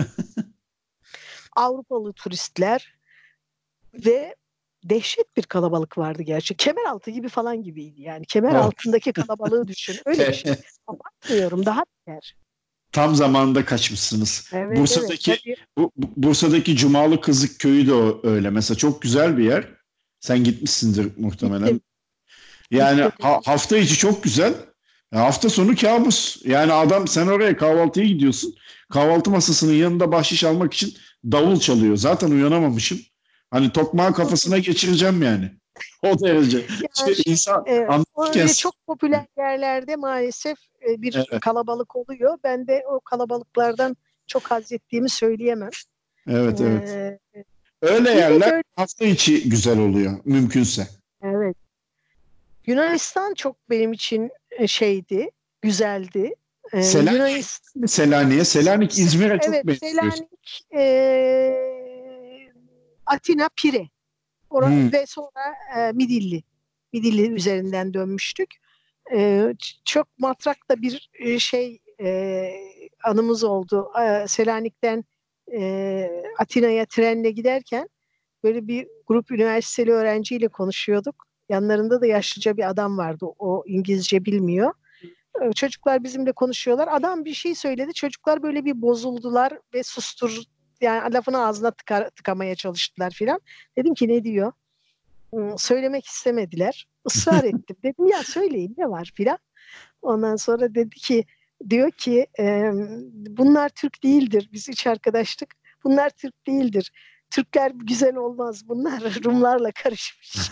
Avrupalı turistler ve dehşet bir kalabalık vardı gerçi. Kemeraltı gibi falan gibiydi yani. Kemer Evet. altındaki kalabalığı düşün. Öyle bir şey. Abartmıyorum, daha beter. Tam zamanında kaçmışsınız. Evet, evet, Bursa'daki tabii. bu, bu- Bursa'daki Cumalı Kızık Köyü de o- öyle. Mesela çok güzel bir yer. Sen gitmişsindir muhtemelen. Gittim, Yani gittim. ha- hafta içi çok güzel. Ya hafta sonu kabus. Yani adam sen oraya kahvaltıya gidiyorsun. Kahvaltı masasının yanında bahşiş almak için davul çalıyor. Zaten uyanamamışım. Hani tokmağı kafasına geçireceğim yani. O derece. Yani Şey, şey, insan e, o anlatırken öyle çok popüler yerlerde maalesef e, bir evet, kalabalık oluyor. Ben de o kalabalıklardan çok haz ettiğimi söyleyemem. evet, evet. E, Öyle bir de yerler böyle, hafta içi güzel oluyor mümkünse. evet, Yunanistan çok benim için e, şeydi, güzeldi. E, Selanik Yunanistan, mi Selanik'e? Selanik İzmir'e çok evet, benziyor. Selanik, e, Atina, Pire. Ora, Hmm. ve sonra e, Midilli. Midilli üzerinden dönmüştük. E, ç- çok matrak da bir e, şey e, anımız oldu. E, Selanik'ten e, Atina'ya trenle giderken böyle bir grup üniversiteli öğrenciyle konuşuyorduk. Yanlarında da yaşlıca bir adam vardı. O İngilizce bilmiyor. E, Çocuklar bizimle konuşuyorlar. Adam bir şey söyledi. Çocuklar böyle bir bozuldular ve sustur, yani lafını ağzına tıkar, tıkamaya çalıştılar filan. Dedim ki ne diyor? Hmm, söylemek istemediler. Israr ettim. Dedim ya söyleyin ne var filan. Ondan sonra dedi ki, diyor ki e, bunlar Türk değildir. Biz üç arkadaştık. Bunlar Türk değildir. Türkler güzel olmaz. Bunlar Rumlarla karışmış.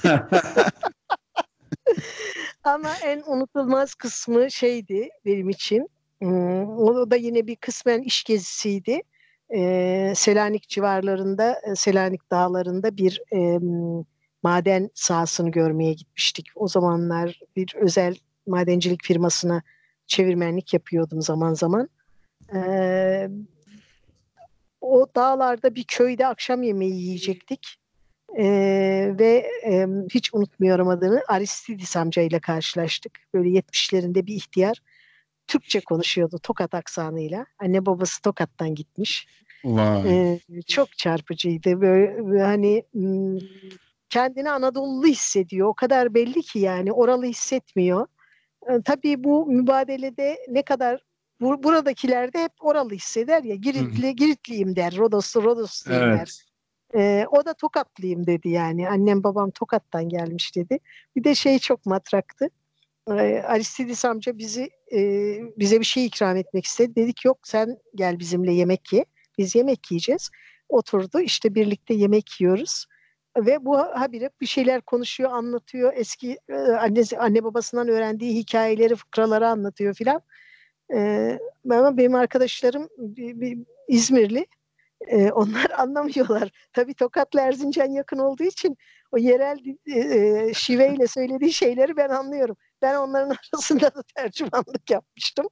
Ama en unutulmaz kısmı şeydi benim için. Hmm, o da yine bir kısmen iş gezisiydi. Ee, Selanik civarlarında, e, Selanik dağlarında bir e, maden sahasını görmeye gitmiştik. O zamanlar bir özel madencilik firmasına çevirmenlik yapıyordum zaman zaman. Ee, O dağlarda bir köyde akşam yemeği yiyecektik. Ee, ve e, hiç unutmuyorum adını, Aristidis amcayla karşılaştık. Böyle yetmişlerinde bir ihtiyar. Türkçe konuşuyordu Tokat aksanıyla. Anne babası Tokat'tan gitmiş. Vay. Ee, çok çarpıcıydı. Böyle, böyle hani m, kendini Anadolulu hissediyor. O kadar belli ki yani oralı hissetmiyor. Ee, tabii bu mübadelede ne kadar bu, buradakiler de hep oralı hisseder ya. Hı hı. Giritli, Giritliyim der. Rodoslu, Rodosluyum der. Evet. E, o da Tokatlıyım dedi yani. Annem babam Tokat'tan gelmiş dedi. Bir de şey çok matraktı. E, Aristides amca bizi e, bize bir şey ikram etmek istedi. Dedik yok sen gel bizimle yemek ye. Biz yemek yiyeceğiz. Oturdu işte birlikte yemek yiyoruz. Ve bu habire bir şeyler konuşuyor, anlatıyor. Eski e, annesi, anne babasından öğrendiği hikayeleri, fıkraları anlatıyor filan. E, ama benim arkadaşlarım bir, bir İzmirli. E, onlar anlamıyorlar. Tabii Tokat'la Erzincan yakın olduğu için o yerel e, e, şiveyle söylediği şeyleri ben anlıyorum. Ben onların arasında da tercümanlık yapmıştım.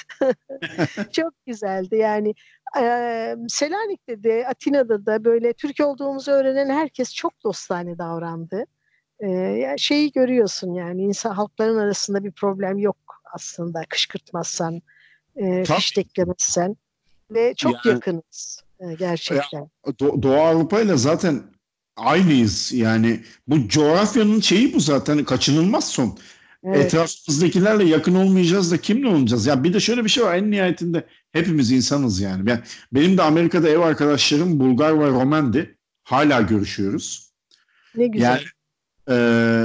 Çok güzeldi yani. E, Selanik'te de Atina'da da böyle Türk olduğumuzu öğrenen herkes çok dostane davrandı. E, ya şeyi görüyorsun yani insan halkların arasında bir problem yok aslında kışkırtmazsan, e, Tabii fişteklemezsen ve çok yani yakınız e, ya, gerçekten. Do- Doğu Avrupa ile zaten aynıyız. Yani bu coğrafyanın şeyi bu zaten kaçınılmaz son. Evet. Etrafımızdakilerle yakın olmayacağız da kimle olacağız? Ya bir de şöyle bir şey var. En nihayetinde hepimiz insanız yani. Ben, benim de Amerika'da ev arkadaşlarım Bulgar ve Romendi. Hala görüşüyoruz. Ne Yani güzel. e,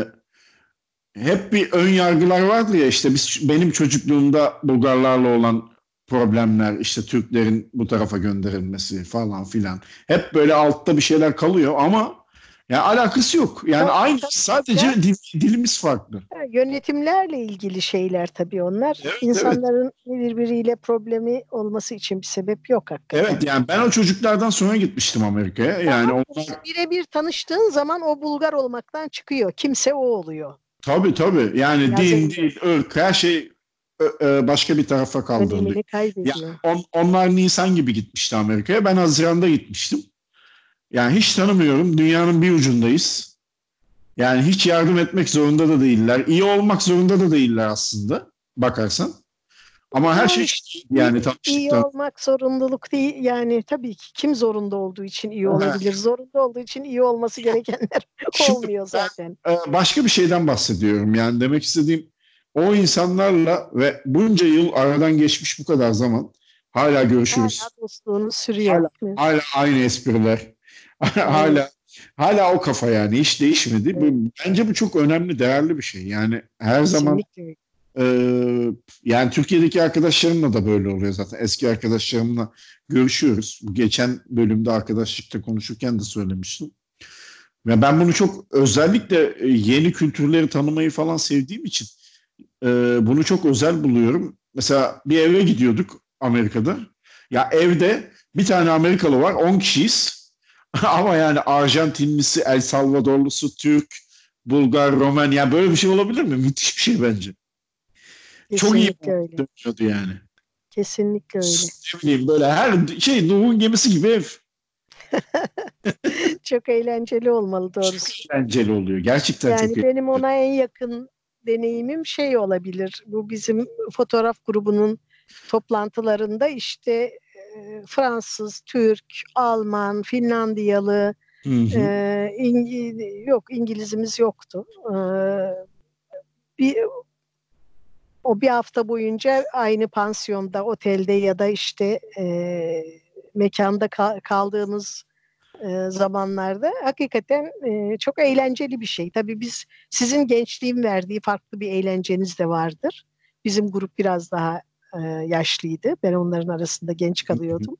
hep bir ön yargılar vardı ya işte biz benim çocukluğumda Bulgarlarla olan problemler işte Türklerin bu tarafa gönderilmesi falan filan. Hep böyle altta bir şeyler kalıyor ama ya alakası yok. Yani Tabii aynı sadece tabii. dil- dilimiz farklı. Ha, yönetimlerle ilgili şeyler tabii onlar. Evet, evet. İnsanların birbiriyle problemi olması için bir sebep yok Evet hakikaten. yani ben o çocuklardan sonra gitmiştim Amerika'ya. Yani Ama onlar birebir tanıştığın zaman o Bulgar olmaktan çıkıyor. Kimse o oluyor. tabii tabii yani Biraz din, öyle. dil, ırk her şey ö- ö, başka bir tarafa kaldırılıyor. Önemini Ya kaybediyor. on- onlar Nisan gibi gitmişti Amerika'ya. Ben Haziran'da gitmiştim. Yani hiç tanımıyorum. Dünyanın bir ucundayız. Yani hiç yardım etmek zorunda da değiller. İyi olmak zorunda da değiller aslında bakarsan. Ama her şey Yani çok iyi iyi, yani iyi tanıştıktan. olmak zorunluluk değil. Yani tabii ki kim zorunda olduğu için iyi olabilir. Zorunda olduğu için iyi olması gerekenler Şimdi olmuyor zaten. ben e, başka bir şeyden bahsediyorum. Yani demek istediğim o insanlarla ve bunca yıl aradan geçmiş bu kadar zaman hala Hala görüşürüz. dostluğunuz sürüyor. Hala, Evet. hala aynı espriler. Evet. Hala hala o kafa yani hiç değişmedi. Evet. Bu, bence bu çok önemli, değerli bir şey. Yani her zaman Kesinlikle. Ee, yani Türkiye'deki arkadaşlarımla da böyle oluyor zaten. Eski arkadaşlarımla görüşüyoruz. Bu geçen bölümde arkadaşlıkta konuşurken de söylemiştim. Ve ben bunu çok özellikle e, yeni kültürleri tanımayı falan sevdiğim için e, bunu çok özel buluyorum. Mesela bir eve gidiyorduk Amerika'da. Ya evde bir tane Amerikalı var, on kişiyiz. Ama yani Arjantinlisi, El Salvadorlusu, Türk, Bulgar, Romen ya böyle bir şey olabilir mi? Müthiş bir şey bence. Çok iyi Kesinlikle öyle. dönüyordu yani. Kesinlikle öyle. Ne bileyim böyle her şey Nuh'un gemisi gibi ev. Çok eğlenceli olmalı Çok doğrusu. eğlenceli oluyor. Gerçekten çok Yani benim eğlenceli. ona en yakın deneyimim şey olabilir. Bu bizim fotoğraf grubunun toplantılarında işte e, Fransız, Türk, Alman, Finlandiyalı, Hı e, hı. İngi- yok İngilizimiz yoktu. E, bir O bir hafta boyunca aynı pansiyonda, otelde ya da işte e, mekanda kal- kaldığımız e, zamanlarda hakikaten e, çok eğlenceli bir şey. Tabii biz sizin gençliğin verdiği farklı bir eğlenceniz de vardır. Bizim grup biraz daha e, yaşlıydı. Ben onların arasında genç kalıyordum.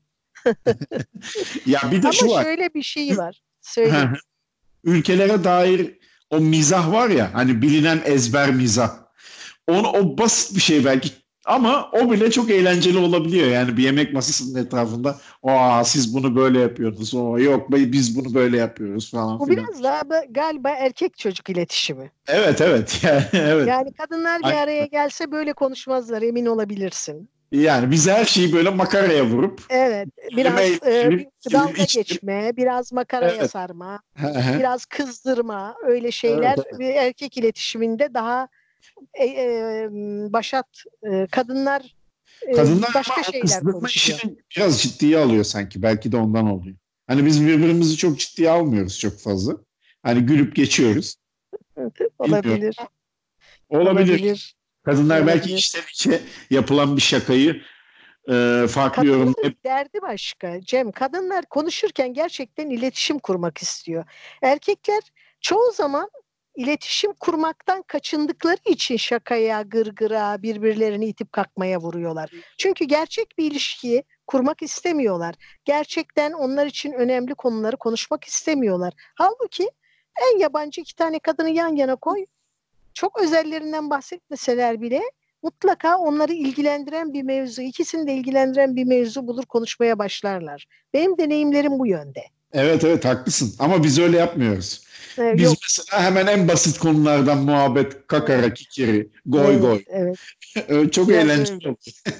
Ya bir de Ama şu var. şöyle bir şey Ü- var. Söyleyeyim. Ülkelere dair o mizah var ya hani bilinen ezber mizah. Onu, o basit bir şey belki ama o bile çok eğlenceli olabiliyor. Yani bir yemek masasının etrafında aa siz bunu böyle yapıyordunuz. O yok biz bunu böyle yapıyoruz falan Bu filan. biraz daha ba- galiba erkek çocuk iletişimi. Evet evet yani evet. Yani kadınlar bir araya gelse böyle konuşmazlar, emin olabilirsin. Yani biz her şeyi böyle makaraya vurup Evet, kelime biraz e, eğlenelim, bir içelim, dalga içelim. geçme, biraz makaraya Evet. sarma, Hı hı. biraz kızdırma, öyle Evet, şeyler evet. bir erkek iletişiminde daha e, e, başat. E, kadınlar e, Kadınlar başka ama o şeyler kızdırma konuşuyor. işini biraz ciddiye alıyor sanki. Belki de ondan oluyor. Hani biz birbirimizi çok ciddiye almıyoruz çok fazla. Hani gülüp geçiyoruz. Bilmiyorum. Olabilir, Olabilir. olabilir, Kadınlar belki olabilir. içten içe yapılan bir şakayı e, farklı yorum. Kadınların derdi başka. Cem, kadınlar konuşurken gerçekten iletişim kurmak istiyor. Erkekler çoğu zaman iletişim kurmaktan kaçındıkları için şakaya, gırgıra, birbirlerini itip kakmaya vuruyorlar. Çünkü gerçek bir ilişkiyi kurmak istemiyorlar. Gerçekten onlar için önemli konuları konuşmak istemiyorlar. Halbuki en yabancı iki tane kadını yan yana koy, çok özellerinden bahsetmeseler bile mutlaka onları ilgilendiren bir mevzu, ikisini de ilgilendiren bir mevzu bulur, konuşmaya başlarlar. Benim deneyimlerim bu yönde. Evet evet haklısın ama biz öyle yapmıyoruz. Ee, Biz yok. mesela hemen en basit konulardan muhabbet, kakara, kikiri, goy Evet, goy. evet. Ee, Çok Biraz eğlenceli öyle. oldu.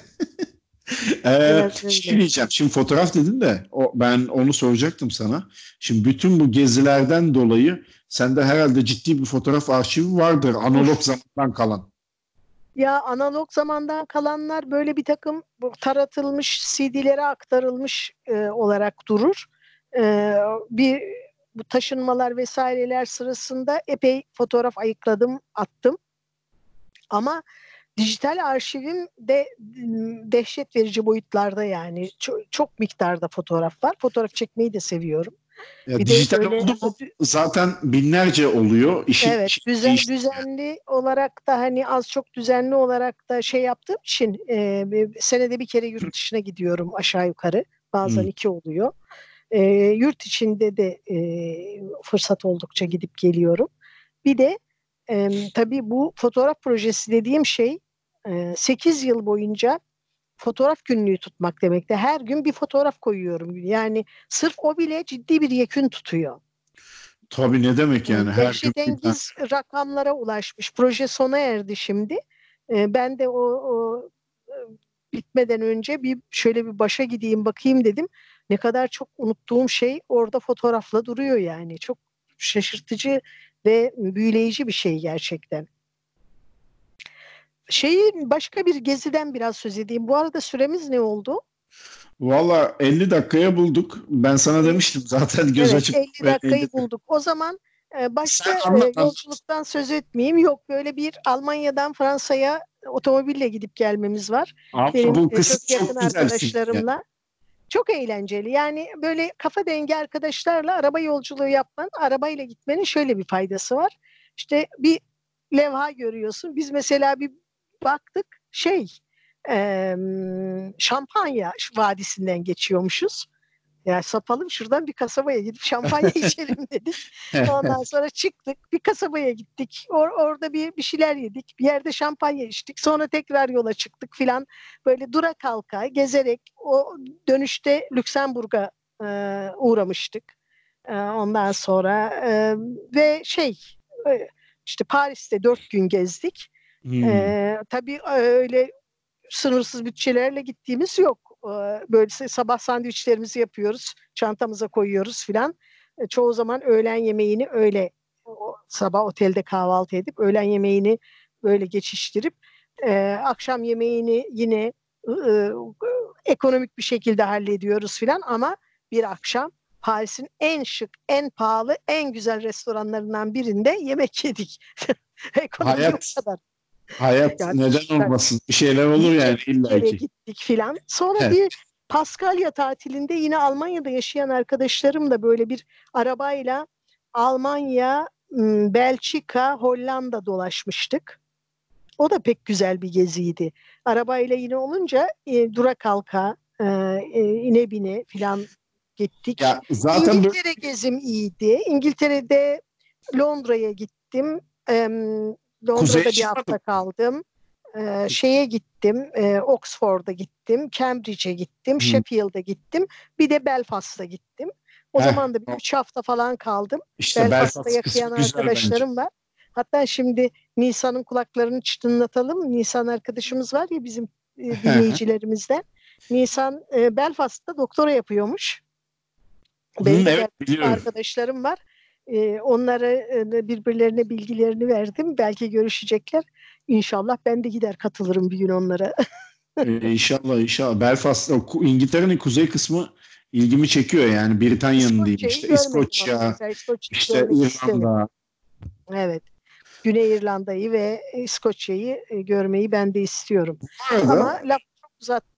Ee, Biraz şey öyle. diyeceğim, şimdi fotoğraf dedin de o, ben onu soracaktım sana. Şimdi bütün bu gezilerden dolayı sende herhalde ciddi bir fotoğraf arşivi vardır analog Uf. zamandan kalan. Ya analog zamandan kalanlar böyle bir takım bu taratılmış C D'lere aktarılmış e, olarak durur. E, bir bu taşınmalar vesaireler sırasında epey fotoğraf ayıkladım, attım. Ama dijital arşivim de dehşet verici boyutlarda, yani çok, çok miktarda fotoğraf var. Fotoğraf çekmeyi de seviyorum. Ya, Bir de dijital böyle oldu mu zaten binlerce oluyor. İşin, evet, işin düzen, değişti. düzenli olarak da hani az çok düzenli olarak da şey yaptığım için e, bir- senede bir kere yurt dışına gidiyorum aşağı yukarı. Bazen Hmm. iki oluyor. E, yurt içinde de e, fırsat oldukça gidip geliyorum. Bir de e, tabii bu fotoğraf projesi dediğim şey e, sekiz yıl boyunca fotoğraf günlüğü tutmak demekti. Her gün bir fotoğraf koyuyorum. Yani sırf o bile ciddi bir yekün tutuyor. Tabii ne demek yani her gün bir tane. Dehşetengiz rakamlara ulaşmış. Proje sona erdi şimdi. Ee, ben de o, o e, bitmeden önce bir şöyle bir başa gideyim bakayım dedim. Ne kadar çok unuttuğum şey orada fotoğrafla duruyor yani. Çok şaşırtıcı ve büyüleyici bir şey gerçekten. Şeyi başka bir geziden biraz söz edeyim. Bu arada süremiz ne oldu? Valla elli dakikaya bulduk. Ben sana demiştim zaten göz Evet, açıp elli ve elli dakikayı bulduk. O zaman e, Sen başka anlat e, anlat. yolculuktan söz etmeyeyim. Yok, böyle bir Almanya'dan Fransa'ya otomobille gidip gelmemiz var. Ama Benim bu e, kısım çok yakın çok güzel film yani. arkadaşlarımla. Çok eğlenceli. Yani böyle kafa dengi arkadaşlarla araba yolculuğu yapmanın, arabayla gitmenin şöyle bir faydası var. İşte bir levha görüyorsun. Biz mesela bir baktık şey e, Şampanya Vadisi'nden geçiyormuşuz. Ya sapalım şuradan bir kasabaya gidip şampanya içelim dedik. Ondan sonra çıktık, bir kasabaya gittik. Or- orada bir bir şeyler yedik. Bir yerde şampanya içtik. Sonra tekrar yola çıktık filan. Böyle dura kalka gezerek o dönüşte Lüksemburg'a e, uğramıştık. E, ondan sonra e, ve şey e, işte Paris'te dört gün gezdik. Hmm. E, tabii öyle sınırsız bütçelerle gittiğimiz yok. Ee, Böyle sabah sandviçlerimizi yapıyoruz, çantamıza koyuyoruz filan. E, Çoğu zaman öğlen yemeğini öyle o, sabah otelde kahvaltı edip öğlen yemeğini böyle geçiştirip e, akşam yemeğini yine e, e, ekonomik bir şekilde hallediyoruz filan, ama bir akşam Paris'in en şık, en pahalı, en güzel restoranlarından birinde yemek yedik. Ekonomi o Hayat, kadar. hayat Yani neden olmasın? Bir şeyler olur yani bir yere illaki. gittik filan. Sonra Evet. bir Paskalya tatilinde yine Almanya'da yaşayan arkadaşlarımla böyle bir arabayla Almanya, Belçika, Hollanda dolaşmıştık. O da pek güzel bir geziydi. Arabayla yine olunca e, dura kalka, e, e, ine bine filan gittik. Ya zaten böyle İngiltere gezim iyiydi. İngiltere'de Londra'ya gittim. E, kuzeye Londra'da bir çıkmadım. hafta kaldım. Ee, şeye gittim, e, Oxford'a gittim, Cambridge'e gittim, Hmm. Sheffield'a gittim, bir de Belfast'a gittim. O Heh, zaman da bir üç hafta falan kaldım. işte Belfast'ta Belfast kısmı yaşayan güzel bence. arkadaşlarım var. Hatta şimdi Nisan'ın kulaklarını çınlatalım. Nisan arkadaşımız var ya bizim e, dinleyicilerimizden. Nisan e, Belfast'ta doktora yapıyormuş. Benim Hmm, de evet Belfast'ta biliyorum. arkadaşlarım var. Ee, onlara e, birbirlerine bilgilerini verdim. Belki görüşecekler. İnşallah ben de gider katılırım bir gün onlara. Ee, inşallah inşallah. Belfast, o ku- İngiltere'nin kuzey kısmı ilgimi çekiyor yani. Britanya'nın diyeyim İskoçya'yı işte. görmedim ama İskoçya, mesela İskoçya'yı işte görmek isterim. İrlanda. Evet. Güney İrlanda'yı ve İskoçya'yı e, görmeyi ben de istiyorum. Bu Ama arada laf çok uzattık.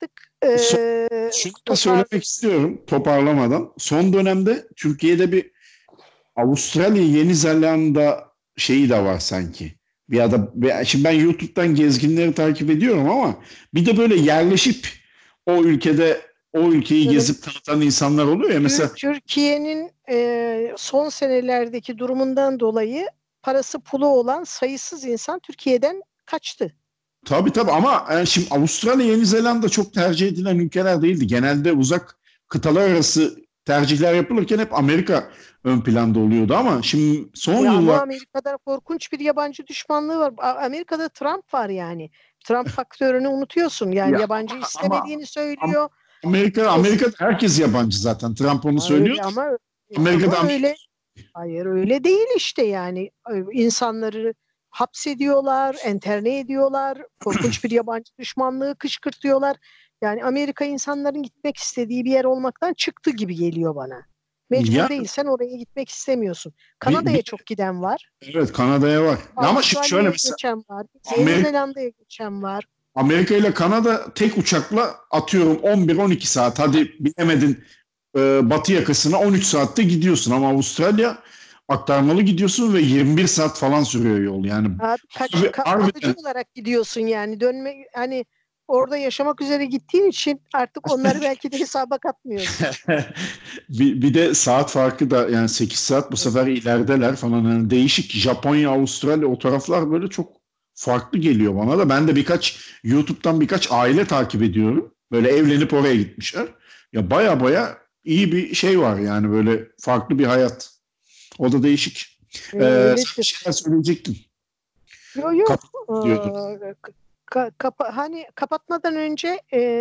So- Ee, Şunu da topar söylemek istiyorum toparlamadan. Son dönemde Türkiye'de bir Avustralya, Yeni Zelanda şeyi de var sanki. Bir ada, bir- şimdi ben YouTube'dan gezginleri takip ediyorum ama bir de böyle yerleşip o ülkede o ülkeyi Evet. gezip tanıtan insanlar oluyor ya. Mesela Tür- Türkiye'nin e, son senelerdeki durumundan dolayı parası pulu olan sayısız insan Türkiye'den kaçtı. tabii tabii ama yani şimdi Avustralya, Yeni Zelanda çok tercih edilen ülkeler değildi. Genelde uzak kıtalar arası tercihler yapılırken hep Amerika ön planda oluyordu ama şimdi son Ya ama yıllar Amerika'da korkunç bir yabancı düşmanlığı var. A- Amerika'da Trump var yani. Trump faktörünü unutuyorsun. Yani ya yabancı ama, ama istemediğini Am- söylüyor. Amerika Es Amerika'da herkes yabancı zaten. Trump onu Ha, söylüyor. öyle ama Amerika'da ama Amerika öyle hayır öyle değil işte yani. İnsanları hapsediyorlar, enterne ediyorlar, korkunç bir yabancı düşmanlığı kışkırtıyorlar. Yani Amerika insanların gitmek istediği bir yer olmaktan çıktı gibi geliyor bana. ya Mecbur değilsen oraya gitmek istemiyorsun. bir, Kanada'ya bir- çok giden var. evet Kanada'ya var. Ya ama şimdi şöyle Avustralya'ya mesela geçen var. Yeni Amerika, Zelanda'ya geçen var. Amerika ile Kanada tek uçakla atıyorum on bir on iki saat. Hadi bilemedin e, batı yakasına on üç saatte gidiyorsun ama Avustralya aktarmalı gidiyorsun ve yirmi bir saat falan sürüyor yol. Yani Abi kaç harbi, ka- kalıcı harbiden olarak gidiyorsun yani dönme hani orada yaşamak üzere gittiğin için artık onları belki de hesaba katmıyorsun. bir, bir de saat farkı da yani sekiz saat bu sefer ilerideler falan. Yani değişik Japonya, Avustralya o taraflar böyle çok farklı geliyor bana da. Ben de birkaç YouTube'dan birkaç aile takip ediyorum. Böyle evlenip oraya gitmişler. Ya baya baya iyi bir şey var yani böyle farklı bir hayat. O da değişik. Ee, Ee, sen bir öyledir. şeyler söyleyecektin. Yok yok. Kapat diyordun. Ee, ka- kapa- hani kapatmadan önce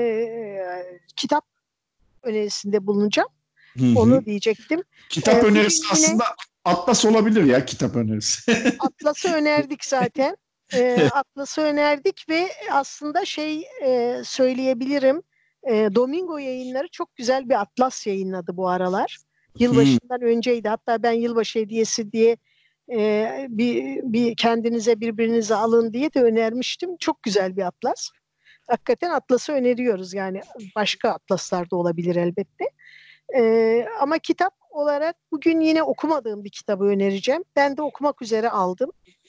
ee, kitap önerisinde bulunacağım. Hı hı. Onu diyecektim. Kitap Ee, önerisi bugün yine aslında Atlas olabilir ya kitap önerisi. Atlas'ı önerdik zaten. Ee, Atlas'ı önerdik ve aslında şey ee, söyleyebilirim. Ee, Domingo Yayınları çok güzel bir Atlas yayınladı bu aralar. Hı. Yılbaşından önceydi. Hatta ben yılbaşı hediyesi diye ee, bir, bir kendinize birbirinize alın diye de önermiştim. Çok güzel bir Atlas. Hakikaten Atlas'ı öneriyoruz. Yani başka Atlaslar da olabilir elbette. Ee, ama kitap olarak bugün yine okumadığım bir kitabı önereceğim. Ben de okumak üzere aldım.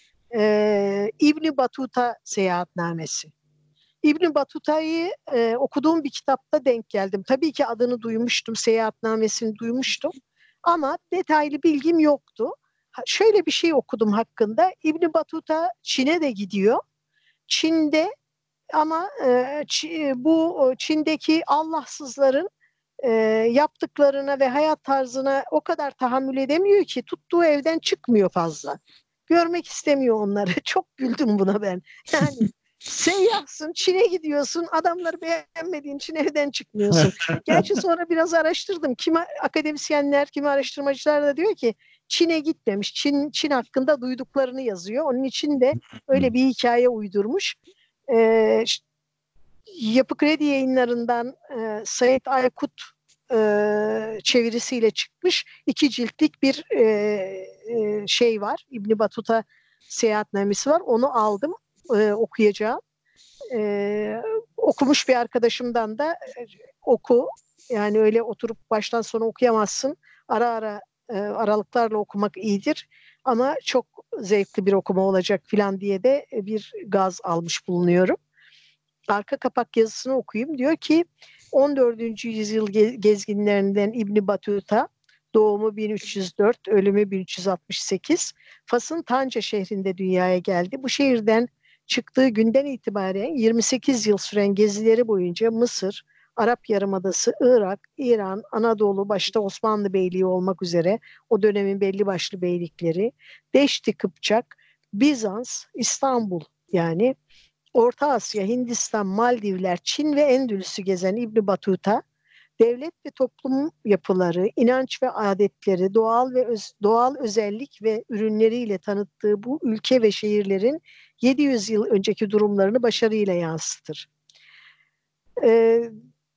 Ee, İbn Batuta Seyahatnamesi. İbn Batuta'yı e, okuduğum bir kitapta denk geldim. Tabii ki adını duymuştum, seyahatnamesini duymuştum. Ama detaylı bilgim yoktu. Ha, şöyle bir şey okudum hakkında. İbn Batuta Çin'e de gidiyor. Çin'de ama e, Ç- bu Çin'deki Allahsızların e, yaptıklarına ve hayat tarzına o kadar tahammül edemiyor ki tuttuğu evden çıkmıyor fazla. Görmek istemiyor onları. Çok güldüm buna ben. Yani seyyahsın, Çin'e gidiyorsun, adamları beğenmediğin için evden çıkmıyorsun. Gerçi sonra biraz araştırdım. Kimi akademisyenler, kimi araştırmacılar da diyor ki Çin'e gitmemiş. Çin, Çin hakkında duyduklarını yazıyor. Onun için de öyle bir hikaye uydurmuş. Ee, Yapı Kredi Yayınları'ndan e, Sait Aykut e, çevirisiyle çıkmış iki ciltlik bir e, e, şey var. İbn Batuta seyahatnamesi var. Onu aldım e, okuyacağım. E, okumuş bir arkadaşımdan da e, oku. Yani öyle oturup baştan sona okuyamazsın. Ara ara e, aralıklarla okumak iyidir. Ama çok zevkli bir okuma olacak filan diye de bir gaz almış bulunuyorum. Arka kapak yazısını okuyayım. Diyor ki on dördüncü yüzyıl gezginlerinden İbn Batuta, doğumu bin üç yüz dört, ölümü bin üç yüz altmış sekiz, Fas'ın Tanca şehrinde dünyaya geldi. Bu şehirden çıktığı günden itibaren yirmi sekiz yıl süren gezileri boyunca Mısır, Arap Yarımadası, Irak, İran, Anadolu başta Osmanlı Beyliği olmak üzere o dönemin belli başlı beylikleri, Deşti Kıpçak, Bizans, İstanbul yani Orta Asya, Hindistan, Maldivler, Çin ve Endülüs'ü gezen İbn Batuta, devlet ve toplum yapıları, inanç ve adetleri, doğal ve öz, doğal özellik ve ürünleriyle tanıttığı bu ülke ve şehirlerin yedi yüz yıl önceki durumlarını başarıyla yansıtır. Ee,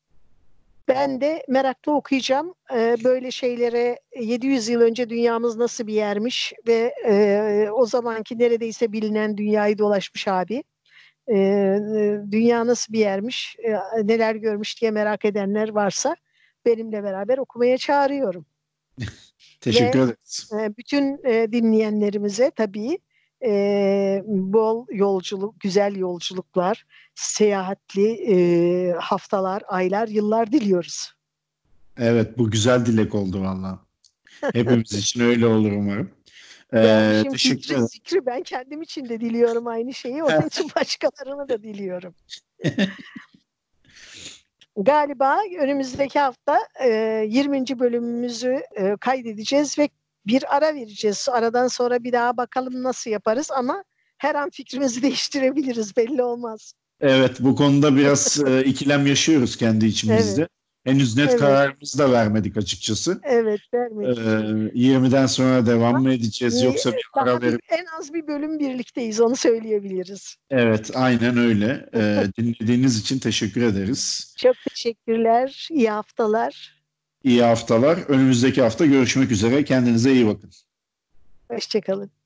Ben de meraklı okuyacağım. Ee, böyle şeylere yedi yüz yıl önce dünyamız nasıl bir yermiş ve e, o zamanki neredeyse bilinen dünyayı dolaşmış abi. E, dünya nasıl bir yermiş, e, neler görmüş diye merak edenler varsa benimle beraber okumaya çağırıyorum. Teşekkür Ve ederiz. e, bütün e, dinleyenlerimize tabii e, bol yolculuk, güzel yolculuklar, seyahatli e, haftalar, aylar, yıllar diliyoruz. Evet, bu güzel dilek oldu valla. Hepimiz için öyle olur umarım. Yani Ee, şimdi teşekkür fikri, ederim. fikri ben kendim için de diliyorum aynı şeyi. Onun için başkalarına da diliyorum. Galiba önümüzdeki hafta e, yirminci bölümümüzü e, kaydedeceğiz ve bir ara vereceğiz. Aradan sonra bir daha bakalım nasıl yaparız ama her an fikrimizi değiştirebiliriz, belli olmaz. Evet, bu konuda biraz e, ikilem yaşıyoruz kendi Evet, içimizde. Henüz net evet, kararımızı da vermedik açıkçası. evet Ee, vermedik. yirmiden sonra devam Ama mı edeceğiz iyi, yoksa bir ara daha bir verip... en az bir bölüm birlikteyiz, onu söyleyebiliriz. Evet, aynen öyle. Ee, dinlediğiniz için teşekkür ederiz. Çok teşekkürler, iyi haftalar. İyi haftalar. Önümüzdeki hafta görüşmek üzere. Kendinize iyi bakın. Hoşçakalın.